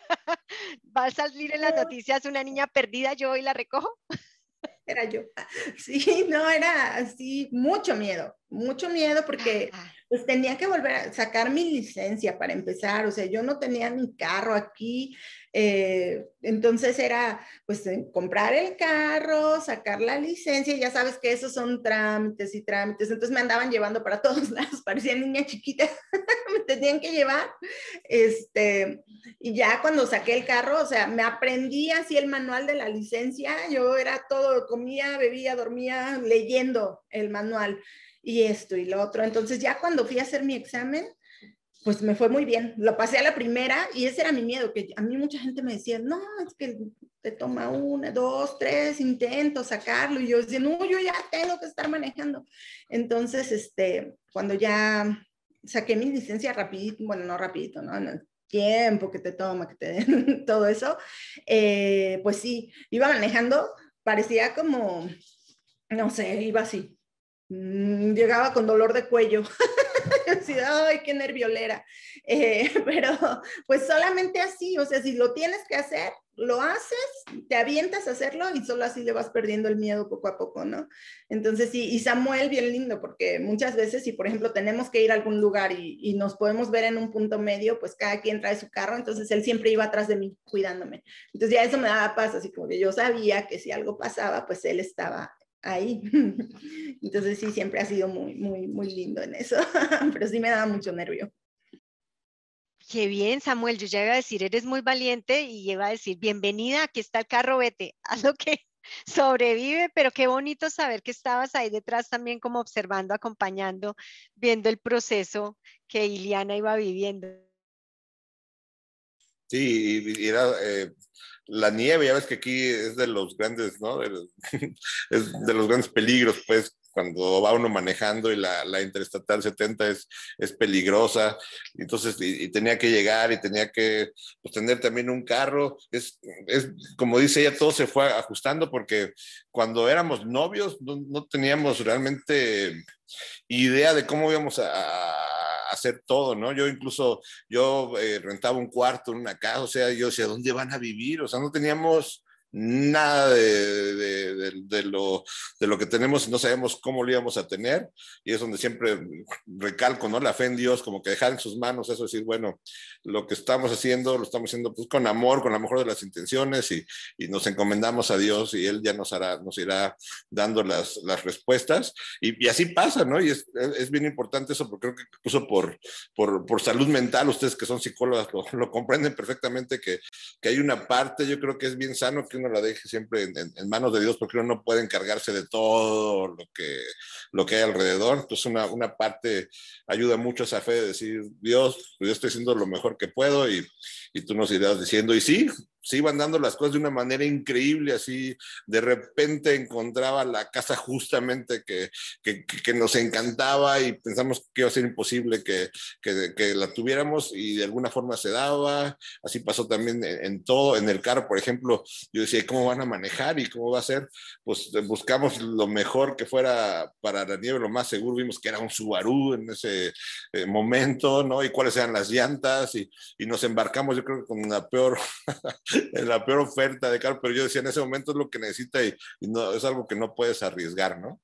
Speaker 1: Va a salir en las noticias una niña perdida, yo hoy la recojo.
Speaker 3: Era yo. Sí, no, era así, mucho miedo, mucho miedo porque pues tenía que volver a sacar mi licencia para empezar, o sea, yo no tenía mi carro aquí, eh, entonces era pues comprar el carro, sacar la licencia, ya sabes que esos son trámites y trámites, entonces me andaban llevando para todos lados, parecía niña chiquita, me tenían que llevar, este, y ya cuando saqué el carro, o sea, me aprendí así el manual de la licencia, yo era todo, comía, bebía, dormía, leyendo el manual, y esto y lo otro. Entonces ya cuando fui a hacer mi examen, pues me fue muy bien. Lo pasé a la primera y ese era mi miedo, que a mí mucha gente me decía, no, es que te toma una, dos, tres intentos sacarlo. Y yo decía, no, yo ya tengo que estar manejando. Entonces, este, cuando ya saqué mi licencia rapidito, bueno, no rapidito, ¿no? En el tiempo que te toma, que te den todo eso, eh, pues sí, iba manejando, parecía como, no sé, iba así. Llegaba con dolor de cuello. Decía, ay, qué nerviolera. Eh, pero pues solamente así, o sea, si lo tienes que hacer, lo haces, te avientas a hacerlo y solo así le vas perdiendo el miedo poco a poco, ¿no? Entonces sí, y Samuel bien lindo, porque muchas veces si por ejemplo tenemos que ir a algún lugar y, y nos podemos ver en un punto medio, pues cada quien trae su carro, entonces él siempre iba atrás de mí cuidándome. Entonces ya eso me daba paz, así como que yo sabía que si algo pasaba, pues él estaba ahí. Entonces sí, siempre ha sido muy, muy, muy lindo en eso, pero sí me daba mucho nervio.
Speaker 1: Qué bien, Samuel, yo ya iba a decir, eres muy valiente, y iba a decir, bienvenida, aquí está el carro, vete, haz lo que, Sobrevive, pero qué bonito saber que estabas ahí detrás también como observando, acompañando, viendo el proceso que Iliana iba viviendo.
Speaker 2: Sí, y, y era eh, la nieve, ya ves que aquí es de los grandes, ¿no? De los, es de los grandes peligros, pues, cuando va uno manejando y la, la Interestatal setenta es, es peligrosa, entonces, y, y, tenía que llegar y tenía que pues, tener también un carro, es, es, como dice ella, todo se fue ajustando porque cuando éramos novios no, no teníamos realmente idea de cómo íbamos a, a hacer todo, ¿no? Yo incluso, yo eh, rentaba un cuarto en una casa, o sea, yo decía, ¿dónde van a vivir? O sea, no teníamos nada de, de, de, de, lo, de lo que tenemos y no sabemos cómo lo íbamos a tener, y es donde siempre recalco, ¿no? La fe en Dios, como que dejar en sus manos eso, decir, bueno, lo que estamos haciendo, lo estamos haciendo pues con amor, con la mejor de las intenciones, y, y nos encomendamos a Dios y Él ya nos hará, nos irá dando las, las respuestas, y, y así pasa, ¿no? Y es, es bien importante eso, porque creo que incluso por, por, por salud mental, ustedes que son psicólogas lo, lo comprenden perfectamente, que, que hay una parte, yo creo que es bien sano que uno la deje siempre en, en, en manos de Dios, porque uno no puede encargarse de todo lo que, lo que hay alrededor. Entonces una, una parte ayuda mucho a esa fe de decir, Dios, yo estoy haciendo lo mejor que puedo, y, y tú nos irás diciendo, y sí, se iban dando las cosas de una manera increíble, así de repente encontraba la casa justamente que, que, que nos encantaba y pensamos que iba a ser imposible que, que, que la tuviéramos, y de alguna forma se daba. Así pasó también en, en todo, en el carro, por ejemplo, yo decía, ¿cómo van a manejar y cómo va a ser? Pues buscamos lo mejor que fuera para la nieve, lo más seguro, vimos que era un Subaru en ese eh, momento, ¿no? Y cuáles eran las llantas, y, y nos embarcamos, yo creo que con la peor la peor oferta de carro, pero yo decía, en ese momento es lo que necesita, y, y no, es algo que no puedes arriesgar, ¿no?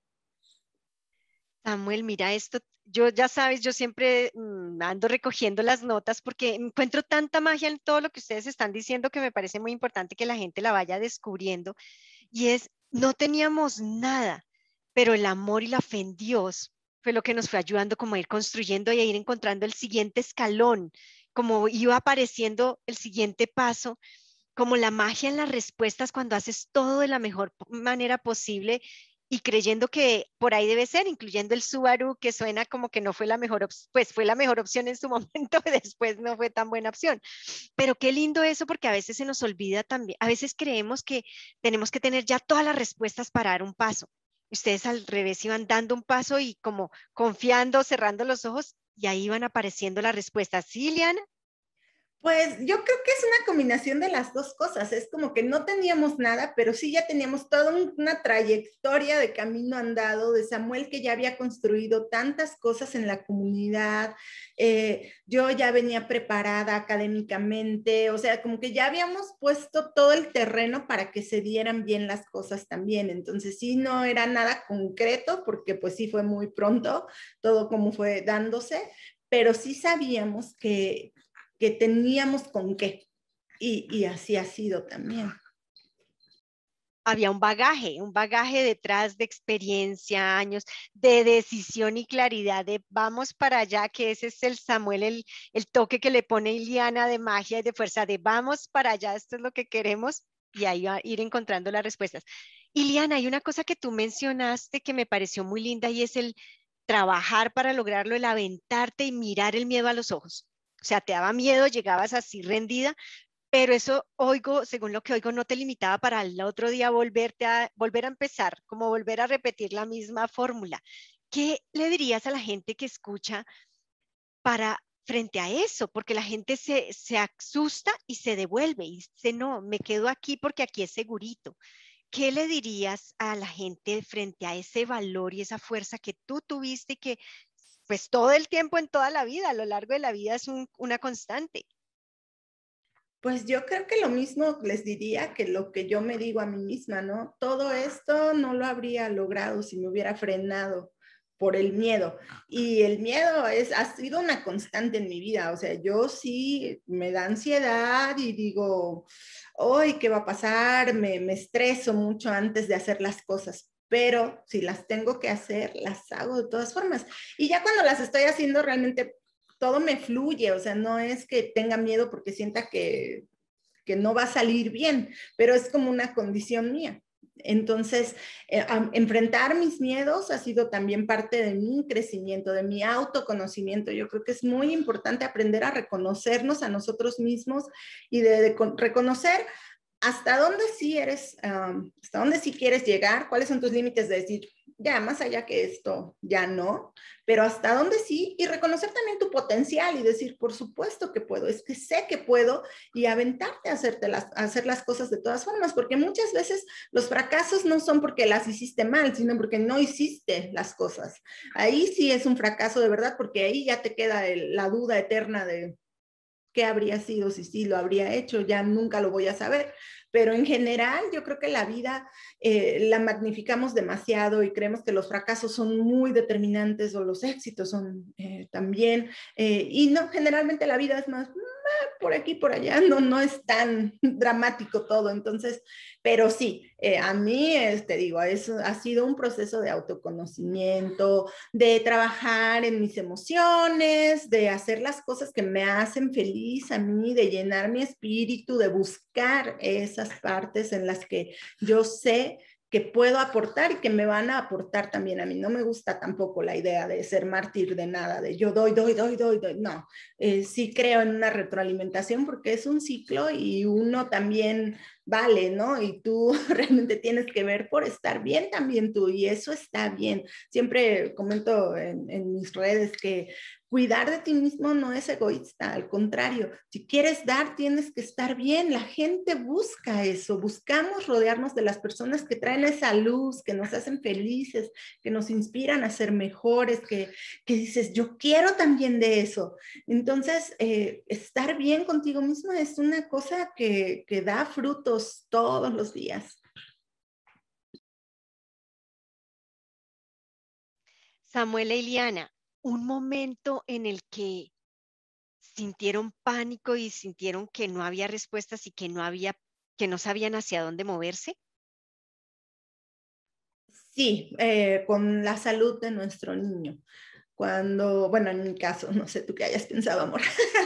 Speaker 1: Samuel, mira esto, yo ya sabes, yo siempre mm, ando recogiendo las notas porque encuentro tanta magia en todo lo que ustedes están diciendo que me parece muy importante que la gente la vaya descubriendo. Y es, no teníamos nada, pero el amor y la fe en Dios fue lo que nos fue ayudando como a ir construyendo y a ir encontrando el siguiente escalón, como iba apareciendo el siguiente paso, como la magia en las respuestas cuando haces todo de la mejor manera posible y creyendo que por ahí debe ser, incluyendo el Subaru, que suena como que no fue la mejor, pues fue la mejor opción en su momento, y después no fue tan buena opción. Pero qué lindo eso, porque a veces se nos olvida también, a veces creemos que tenemos que tener ya todas las respuestas para dar un paso. Ustedes al revés iban dando un paso y como confiando, cerrando los ojos, y ahí iban apareciendo las respuestas. ¿Sí, Liana?
Speaker 3: Pues yo creo que es una combinación de las dos cosas. Es como que no teníamos nada, pero sí ya teníamos toda un, una trayectoria de camino andado de Samuel, que ya había construido tantas cosas en la comunidad. Eh, yo ya venía preparada académicamente, o sea, como que ya habíamos puesto todo el terreno para que se dieran bien las cosas también. Entonces sí, no era nada concreto, porque pues sí fue muy pronto todo como fue dándose, pero sí sabíamos que que teníamos con qué. Y, y así ha sido también.
Speaker 1: Había un bagaje, un bagaje detrás de experiencia, años de decisión y claridad de vamos para allá, que ese es el Samuel, el, el toque que le pone Iliana de magia y de fuerza, de vamos para allá, esto es lo que queremos, y ahí va a ir encontrando las respuestas. Iliana, hay una cosa que tú mencionaste que me pareció muy linda, y es el trabajar para lograrlo, el aventarte y mirar el miedo a los ojos. O sea, te daba miedo, llegabas así rendida, pero eso oigo, según lo que oigo, no te limitaba para el otro día volverte a, volver a empezar, como volver a repetir la misma fórmula. ¿Qué le dirías a la gente que escucha para frente a eso? Porque la gente se, se asusta y se devuelve y dice, no, me quedo aquí porque aquí es segurito. ¿Qué le dirías a la gente frente a ese valor y esa fuerza que tú tuviste y que pues todo el tiempo en toda la vida, a lo largo de la vida es un, una constante?
Speaker 3: Pues yo creo que lo mismo les diría que lo que yo me digo a mí misma, ¿no? Todo esto no lo habría logrado si me hubiera frenado por el miedo. Y el miedo es, ha sido una constante en mi vida. O sea, yo sí me da ansiedad y digo, hoy, ¿qué va a pasar? Me, me estreso mucho antes de hacer las cosas. Pero si las tengo que hacer, las hago de todas formas. Y ya cuando las estoy haciendo, realmente todo me fluye, o sea, no es que tenga miedo porque sienta que, que no va a salir bien, pero es como una condición mía. Entonces, eh, a, enfrentar mis miedos ha sido también parte de mi crecimiento, de mi autoconocimiento. Yo creo que es muy importante aprender a reconocernos a nosotros mismos y de, de con, reconocer hasta dónde sí eres, um, hasta dónde sí quieres llegar, cuáles son tus límites de decir, ya, más allá que esto, ya no, pero hasta dónde sí, y reconocer también tu potencial y decir, por supuesto que puedo, es que sé que puedo, y aventarte a, hacerte las, a hacer las cosas de todas formas, porque muchas veces los fracasos no son porque las hiciste mal, sino porque no hiciste las cosas. Ahí sí es un fracaso de verdad, porque ahí ya te queda el, la duda eterna de qué habría sido si sí lo habría hecho, ya nunca lo voy a saber. Pero en general yo creo que la vida eh, la magnificamos demasiado y creemos que los fracasos son muy determinantes o los éxitos son eh, también. Eh, y no, generalmente la vida es más por aquí, por allá, no, no es tan dramático todo. Entonces, pero sí, eh, a mí, te este, digo, es, ha sido un proceso de autoconocimiento, de trabajar en mis emociones, de hacer las cosas que me hacen feliz a mí, de llenar mi espíritu, de buscar esas partes en las que yo sé que puedo aportar y que me van a aportar también a mí. No me gusta tampoco la idea de ser mártir de nada, de yo doy, doy, doy, doy, doy. No, eh, sí creo en una retroalimentación porque es un ciclo y uno también vale, ¿no? Y tú realmente tienes que ver por estar bien también tú, y eso está bien. Siempre comento en, en mis redes que cuidar de ti mismo no es egoísta, al contrario, si quieres dar, tienes que estar bien. La gente busca eso, buscamos rodearnos de las personas que traen esa luz, que nos hacen felices, que nos inspiran a ser mejores, que, que dices, yo quiero también de eso. Entonces, eh, estar bien contigo mismo es una cosa que, que da frutos todos los días.
Speaker 1: Samuel e Iliana, un momento en el que sintieron pánico y sintieron que no había respuestas y que no había, que no sabían hacia dónde moverse.
Speaker 3: Sí, eh, con la salud de nuestro niño. Cuando, bueno, en mi caso, no sé tú qué hayas pensado, amor,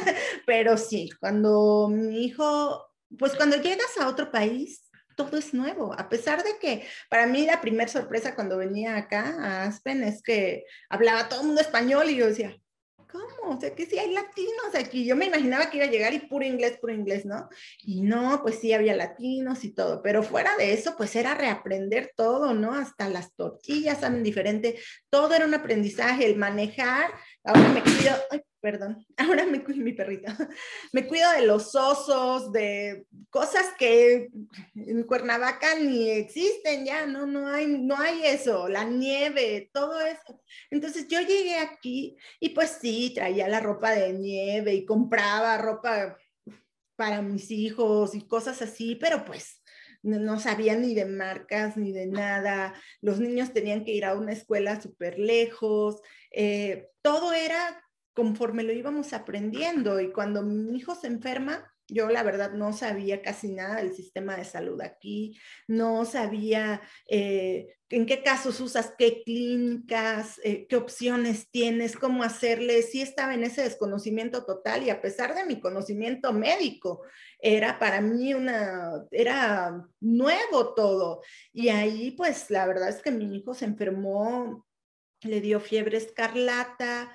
Speaker 3: pero sí, cuando mi hijo, pues cuando llegas a otro país, todo es nuevo, a pesar de que para mí la primera sorpresa cuando venía acá a Aspen es que hablaba todo el mundo español y yo decía, ¿cómo? O sea, que sí hay latinos aquí. Yo me imaginaba que iba a llegar y puro inglés, puro inglés, ¿no? Y no, pues sí había latinos y todo, pero fuera de eso, pues era reaprender todo, ¿no? Hasta las tortillas saben diferente, todo era un aprendizaje, el manejar, ahora me cuido, ay, perdón, ahora me cuido mi perrita, me cuido de los osos, de cosas que en Cuernavaca ni existen ya, no, no hay, no hay eso, la nieve, todo eso. Entonces yo llegué aquí y pues sí, traía la ropa de nieve y compraba ropa para mis hijos y cosas así, pero pues no, no sabía ni de marcas ni de nada. Los niños tenían que ir a una escuela súper lejos. Eh, todo era conforme lo íbamos aprendiendo, y cuando mi hijo se enferma, yo la verdad no sabía casi nada del sistema de salud aquí, no sabía eh, en qué casos usas, qué clínicas, eh, qué opciones tienes, cómo hacerle. Sí estaba en ese desconocimiento total, y a pesar de mi conocimiento médico, era para mí una, era nuevo todo. Y ahí pues la verdad es que mi hijo se enfermó, le dio fiebre escarlata,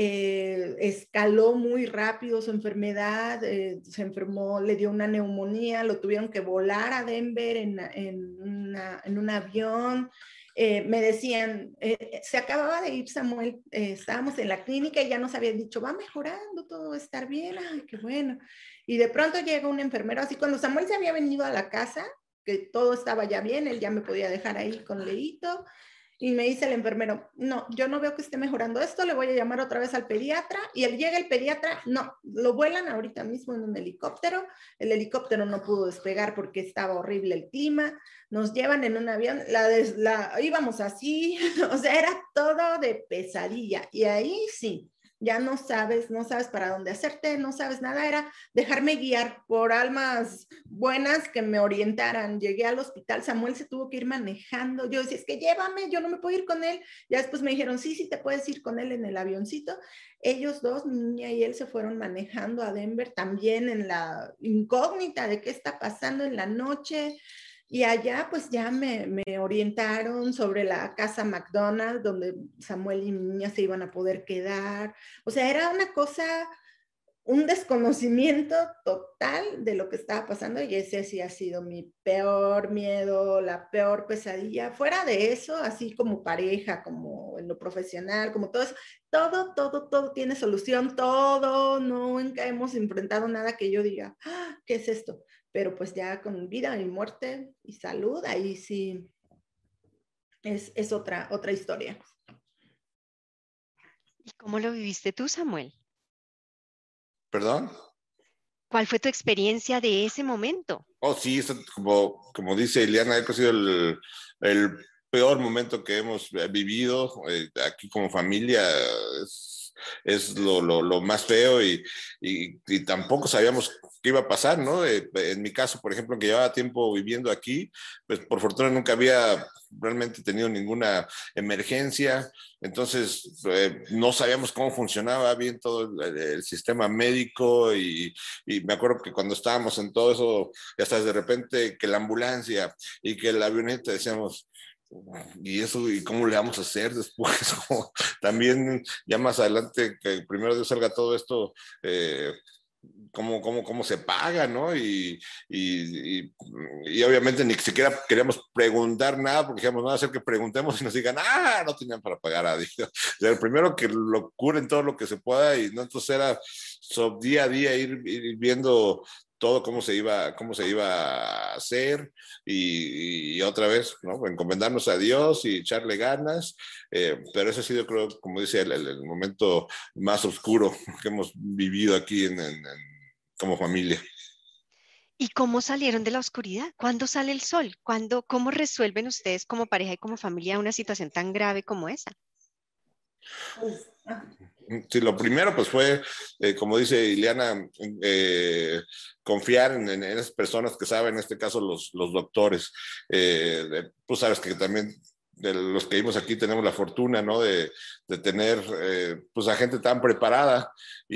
Speaker 3: eh, escaló muy rápido su enfermedad, eh, se enfermó, le dio una neumonía, lo tuvieron que volar a Denver en, en, una, en un avión. Eh, me decían, eh, se acababa de ir Samuel, eh, estábamos en la clínica y ya nos habían dicho, va mejorando, todo va a estar bien, ay, qué bueno. Y de pronto llega un enfermero, así cuando Samuel se había venido a la casa, que todo estaba ya bien, él ya me podía dejar ahí con Leito. Y me dice el enfermero, no, yo no veo que esté mejorando esto, le voy a llamar otra vez al pediatra. Y él llega el pediatra, no, lo vuelan ahorita mismo en un helicóptero. El helicóptero no pudo despegar porque estaba horrible el clima. Nos llevan en un avión, la, des, la íbamos así, o sea, era todo de pesadilla. Y ahí sí, ya no sabes, no sabes para dónde hacerte, no sabes nada, era dejarme guiar por almas buenas que me orientaran. Llegué al hospital, Samuel se tuvo que ir manejando, yo decía, es que llévame, yo no me puedo ir con él. Ya después me dijeron, sí, sí, te puedes ir con él en el avioncito. Ellos dos, mi niña y él, se fueron manejando a Denver, también en la incógnita de qué está pasando en la noche. Y allá pues ya me, me orientaron sobre la casa McDonald's, donde Samuel y mi niña se iban a poder quedar. O sea, era una cosa, un desconocimiento total de lo que estaba pasando, y ese sí ha sido mi peor miedo, la peor pesadilla. Fuera de eso, así como pareja, como en lo profesional, como todo eso, todo, todo, todo tiene solución, todo, nunca hemos enfrentado nada que yo diga, ah, ¿qué es esto? Pero pues ya con vida y muerte y salud, ahí sí es, es otra, otra historia.
Speaker 1: ¿Y cómo lo viviste tú, Samuel?
Speaker 2: ¿Perdón?
Speaker 1: ¿Cuál fue tu experiencia de ese momento?
Speaker 2: Oh, sí, eso, como, como dice Ileana, ha sido el, el peor momento que hemos eh, vivido eh, aquí como familia. Es, es lo, lo, lo más feo y, y, y tampoco sabíamos qué iba a pasar, ¿no? Eh, en mi caso, por ejemplo, que llevaba tiempo viviendo aquí, pues por fortuna nunca había realmente tenido ninguna emergencia, entonces eh, no sabíamos cómo funcionaba bien todo el, el sistema médico y, y me acuerdo que cuando estábamos en todo eso, ya sabes, de repente que la ambulancia y que la avioneta, decíamos, y eso, ¿y cómo le vamos a hacer después? También ya más adelante, que primero Dios salga todo esto, eh, cómo, cómo, cómo se paga, ¿no? Y, y, y, y, obviamente ni siquiera queríamos preguntar nada, porque dijimos, no va a ser que preguntemos y nos digan, ah, no tenían para pagar a Dios. O sea, el primero que lo curen todo lo que se pueda, y no, entonces era so, día a día ir, ir viendo todo cómo se iba, cómo se iba a hacer y, y otra vez, ¿no? Encomendarnos a Dios y echarle ganas, eh, pero ese ha sido, creo, como dice, el, el, el momento más oscuro que hemos vivido aquí en, en, en, como familia.
Speaker 1: ¿Y cómo salieron de la oscuridad? ¿Cuándo sale el sol? ¿Cuándo, cómo resuelven ustedes como pareja y como familia una situación tan grave como esa?
Speaker 3: Pues, ah,
Speaker 2: Sí, lo primero pues fue, eh, como dice Ileana, eh, confiar en, en, esas personas que saben, en este caso los, los doctores. Eh, de, pues sabes que también de los que vimos aquí tenemos la fortuna, ¿no? De, de tener eh, pues a gente tan preparada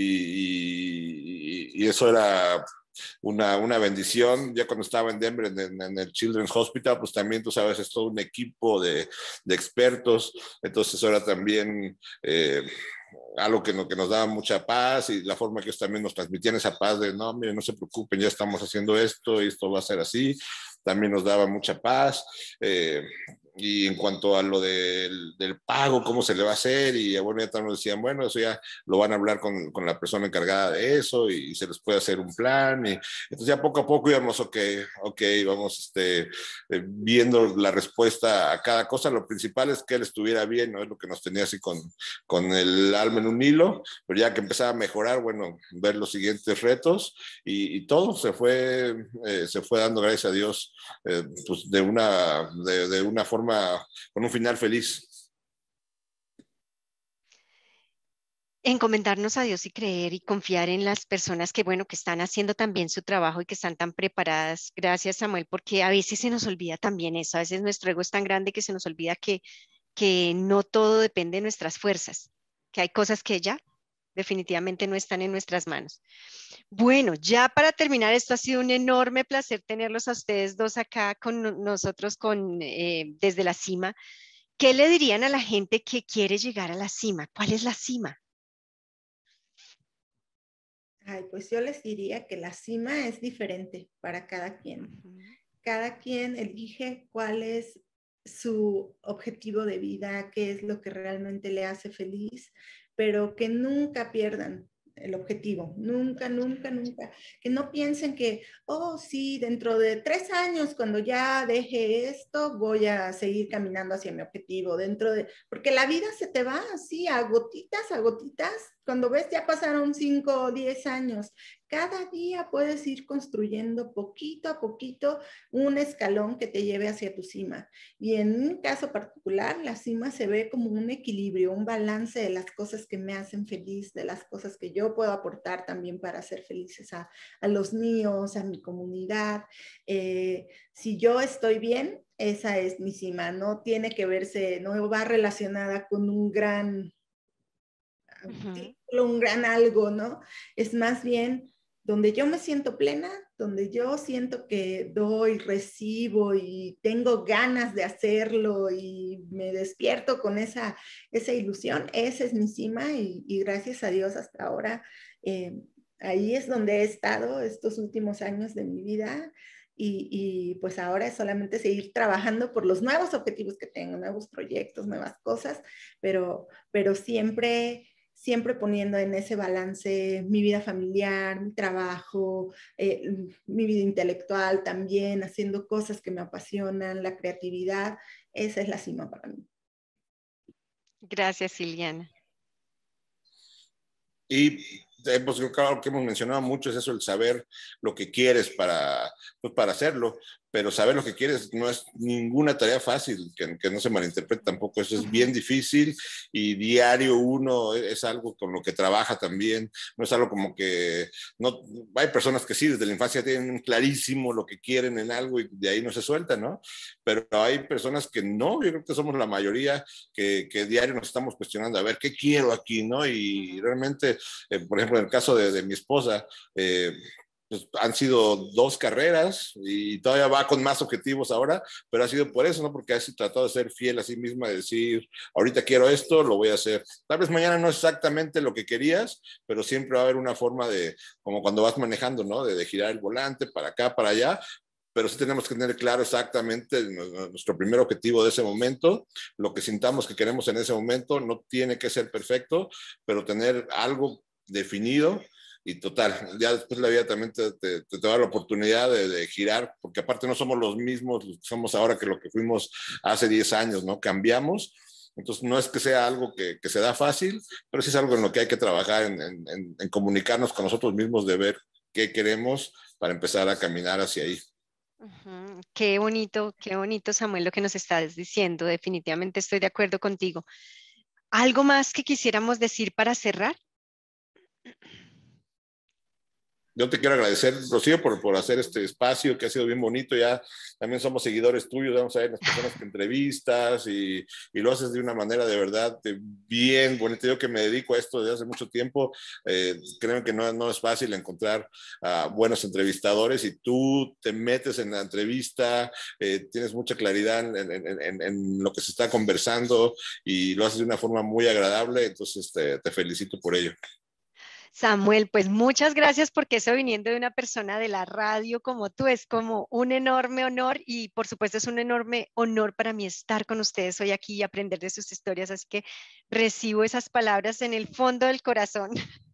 Speaker 2: y, y, y eso era una, una bendición. Ya cuando estaba en Denver, en, en, en, el Children's Hospital, pues también, tú sabes, es todo un equipo de, de expertos, entonces eso era también eh, algo que, no, que nos daba mucha paz, y la forma que ellos también nos transmitían esa paz de, no, miren, no se preocupen, ya estamos haciendo esto y esto va a ser así, también nos daba mucha paz. Eh, y en cuanto a lo del, del pago, cómo se le va a hacer, y bueno, ya también nos decían, bueno, eso ya lo van a hablar con, con la persona encargada de eso y, y se les puede hacer un plan, y entonces ya poco a poco íbamos, ok, ok, vamos este, eh, viendo la respuesta a cada cosa. Lo principal es que él estuviera bien, ¿no? Es lo que nos tenía así con, con el alma en un hilo, pero ya que empezaba a mejorar, bueno, ver los siguientes retos, y, y todo se fue, eh, se fue dando, gracias a Dios, eh, pues de una, de, de una forma, con un final feliz.
Speaker 1: Encomendarnos a Dios y creer y confiar en las personas que, bueno, que están haciendo también su trabajo y que están tan preparadas. Gracias, Samuel, porque a veces se nos olvida también eso. A veces nuestro ego es tan grande que se nos olvida que, que no todo depende de nuestras fuerzas, que hay cosas que ya definitivamente no están en nuestras manos. Bueno, ya para terminar, esto ha sido un enorme placer tenerlos a ustedes dos acá con nosotros con, eh, desde la cima. ¿Qué le dirían a la gente que quiere llegar a la cima? ¿Cuál es la cima?
Speaker 3: ay, pues yo les diría que la cima es diferente para cada quien.
Speaker 1: Ujú.
Speaker 3: Cada quien elige cuál es su objetivo de vida, qué es lo que realmente le hace feliz, pero que nunca pierdan el objetivo, nunca, nunca, nunca. Que no piensen que, oh, sí, dentro de tres años, cuando ya deje esto, voy a seguir caminando hacia mi objetivo. Dentro de, porque la vida se te va así, a gotitas, a gotitas. Cuando ves, ya pasaron cinco o diez años. Cada día puedes ir construyendo poquito a poquito un escalón que te lleve hacia tu cima. Y en un caso particular, la cima se ve como un equilibrio, un balance de las cosas que me hacen feliz, de las cosas que yo puedo aportar también para hacer felices a, a los míos, a mi comunidad. Eh, si yo estoy bien, esa es mi cima. No tiene que verse, no va relacionada con un gran
Speaker 1: Ujú.
Speaker 3: título, un gran algo, ¿no? Es más bien donde yo me siento plena, donde yo siento que doy, recibo y tengo ganas de hacerlo y me despierto con esa, esa ilusión, esa es mi cima y, y gracias a Dios hasta ahora eh, ahí es donde he estado estos últimos años de mi vida y, y pues ahora es solamente seguir trabajando por los nuevos objetivos que tengo, nuevos proyectos, nuevas cosas, pero, pero siempre siempre poniendo en ese balance mi vida familiar, mi trabajo, eh, mi vida intelectual también, haciendo cosas que me apasionan, la creatividad, esa es la cima para mí.
Speaker 1: Gracias, Iliana.
Speaker 2: Y pues, claro, que hemos mencionado mucho es eso, el saber lo que quieres para, pues, para hacerlo, pero saber lo que quieres no es ninguna tarea fácil, que, que no se malinterprete tampoco, eso es bien difícil y diario uno es algo con lo que trabaja también, no es algo como que, no, hay personas que sí, desde la infancia tienen clarísimo lo que quieren en algo y de ahí no se sueltan, ¿no? Pero hay personas que no, yo creo que somos la mayoría que, que diario nos estamos cuestionando, a ver, ¿qué quiero aquí, no? Y realmente, eh, por ejemplo, en el caso de, de mi esposa, eh, pues han sido dos carreras y todavía va con más objetivos ahora, pero ha sido por eso, ¿no? Porque ha tratado de ser fiel a sí misma, de decir, ahorita quiero esto, lo voy a hacer. Tal vez mañana no es exactamente lo que querías, pero siempre va a haber una forma de, como cuando vas manejando, ¿no? De, de girar el volante para acá, para allá, pero sí tenemos que tener claro exactamente nuestro primer objetivo de ese momento, lo que sintamos que queremos en ese momento, no tiene que ser perfecto, pero tener algo definido. Y total, ya después la vida también te, te, te da la oportunidad de, de girar, porque aparte no somos los mismos los que somos ahora que lo que fuimos hace diez años, ¿no? Cambiamos. Entonces no es que sea algo que, que se da fácil, pero sí es algo en lo que hay que trabajar, en, en, en comunicarnos con nosotros mismos, de ver qué queremos para empezar a caminar hacia ahí.
Speaker 1: Uh-huh. Qué bonito, qué bonito, Samuel, lo que nos estás diciendo. Definitivamente estoy de acuerdo contigo. ¿Algo más que quisiéramos decir para cerrar?
Speaker 2: Yo te quiero agradecer, Rocío, por, por hacer este espacio que ha sido bien bonito. Ya también somos seguidores tuyos, vamos a ver las personas que entrevistas y, y lo haces de una manera de verdad de bien bonita. Yo que me dedico a esto desde hace mucho tiempo, eh, creo que no, no es fácil encontrar uh, buenos entrevistadores y tú te metes en la entrevista, eh, tienes mucha claridad en, en, en, en lo que se está conversando y lo haces de una forma muy agradable, entonces te, te felicito por ello.
Speaker 1: Samuel, pues muchas gracias porque eso viniendo de una persona de la radio como tú es como un enorme honor y por supuesto es un enorme honor para mí estar con ustedes hoy aquí y aprender de sus historias, así que recibo esas palabras en el fondo del corazón.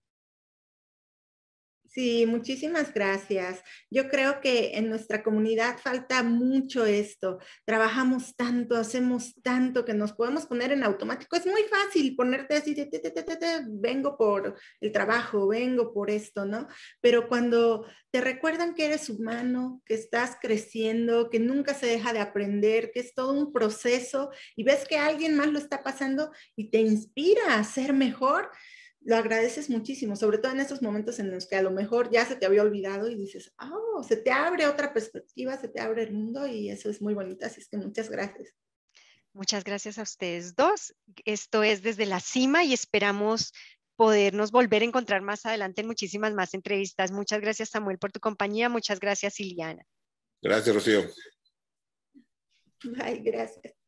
Speaker 3: Sí, muchísimas gracias. Yo creo que en nuestra comunidad falta mucho esto. Trabajamos tanto, hacemos tanto que nos podemos poner en automático. Es muy fácil ponerte así de, te, te, te, te, te, vengo por el trabajo, vengo por esto, ¿no? Pero cuando te recuerdan que eres humano, que estás creciendo, que nunca se deja de aprender, que es todo un proceso y ves que alguien más lo está pasando y te inspira a ser mejor, lo agradeces muchísimo, sobre todo en esos momentos en los que a lo mejor ya se te había olvidado y dices, oh, se te abre otra perspectiva, se te abre el mundo y eso es muy bonito, así es que muchas gracias.
Speaker 1: Muchas gracias a ustedes dos. Esto es Desde la Cima y esperamos podernos volver a encontrar más adelante en muchísimas más entrevistas. Muchas gracias, Samuel, por tu compañía. Muchas gracias, Iliana.
Speaker 2: Gracias, Rocío.
Speaker 3: Ay, gracias.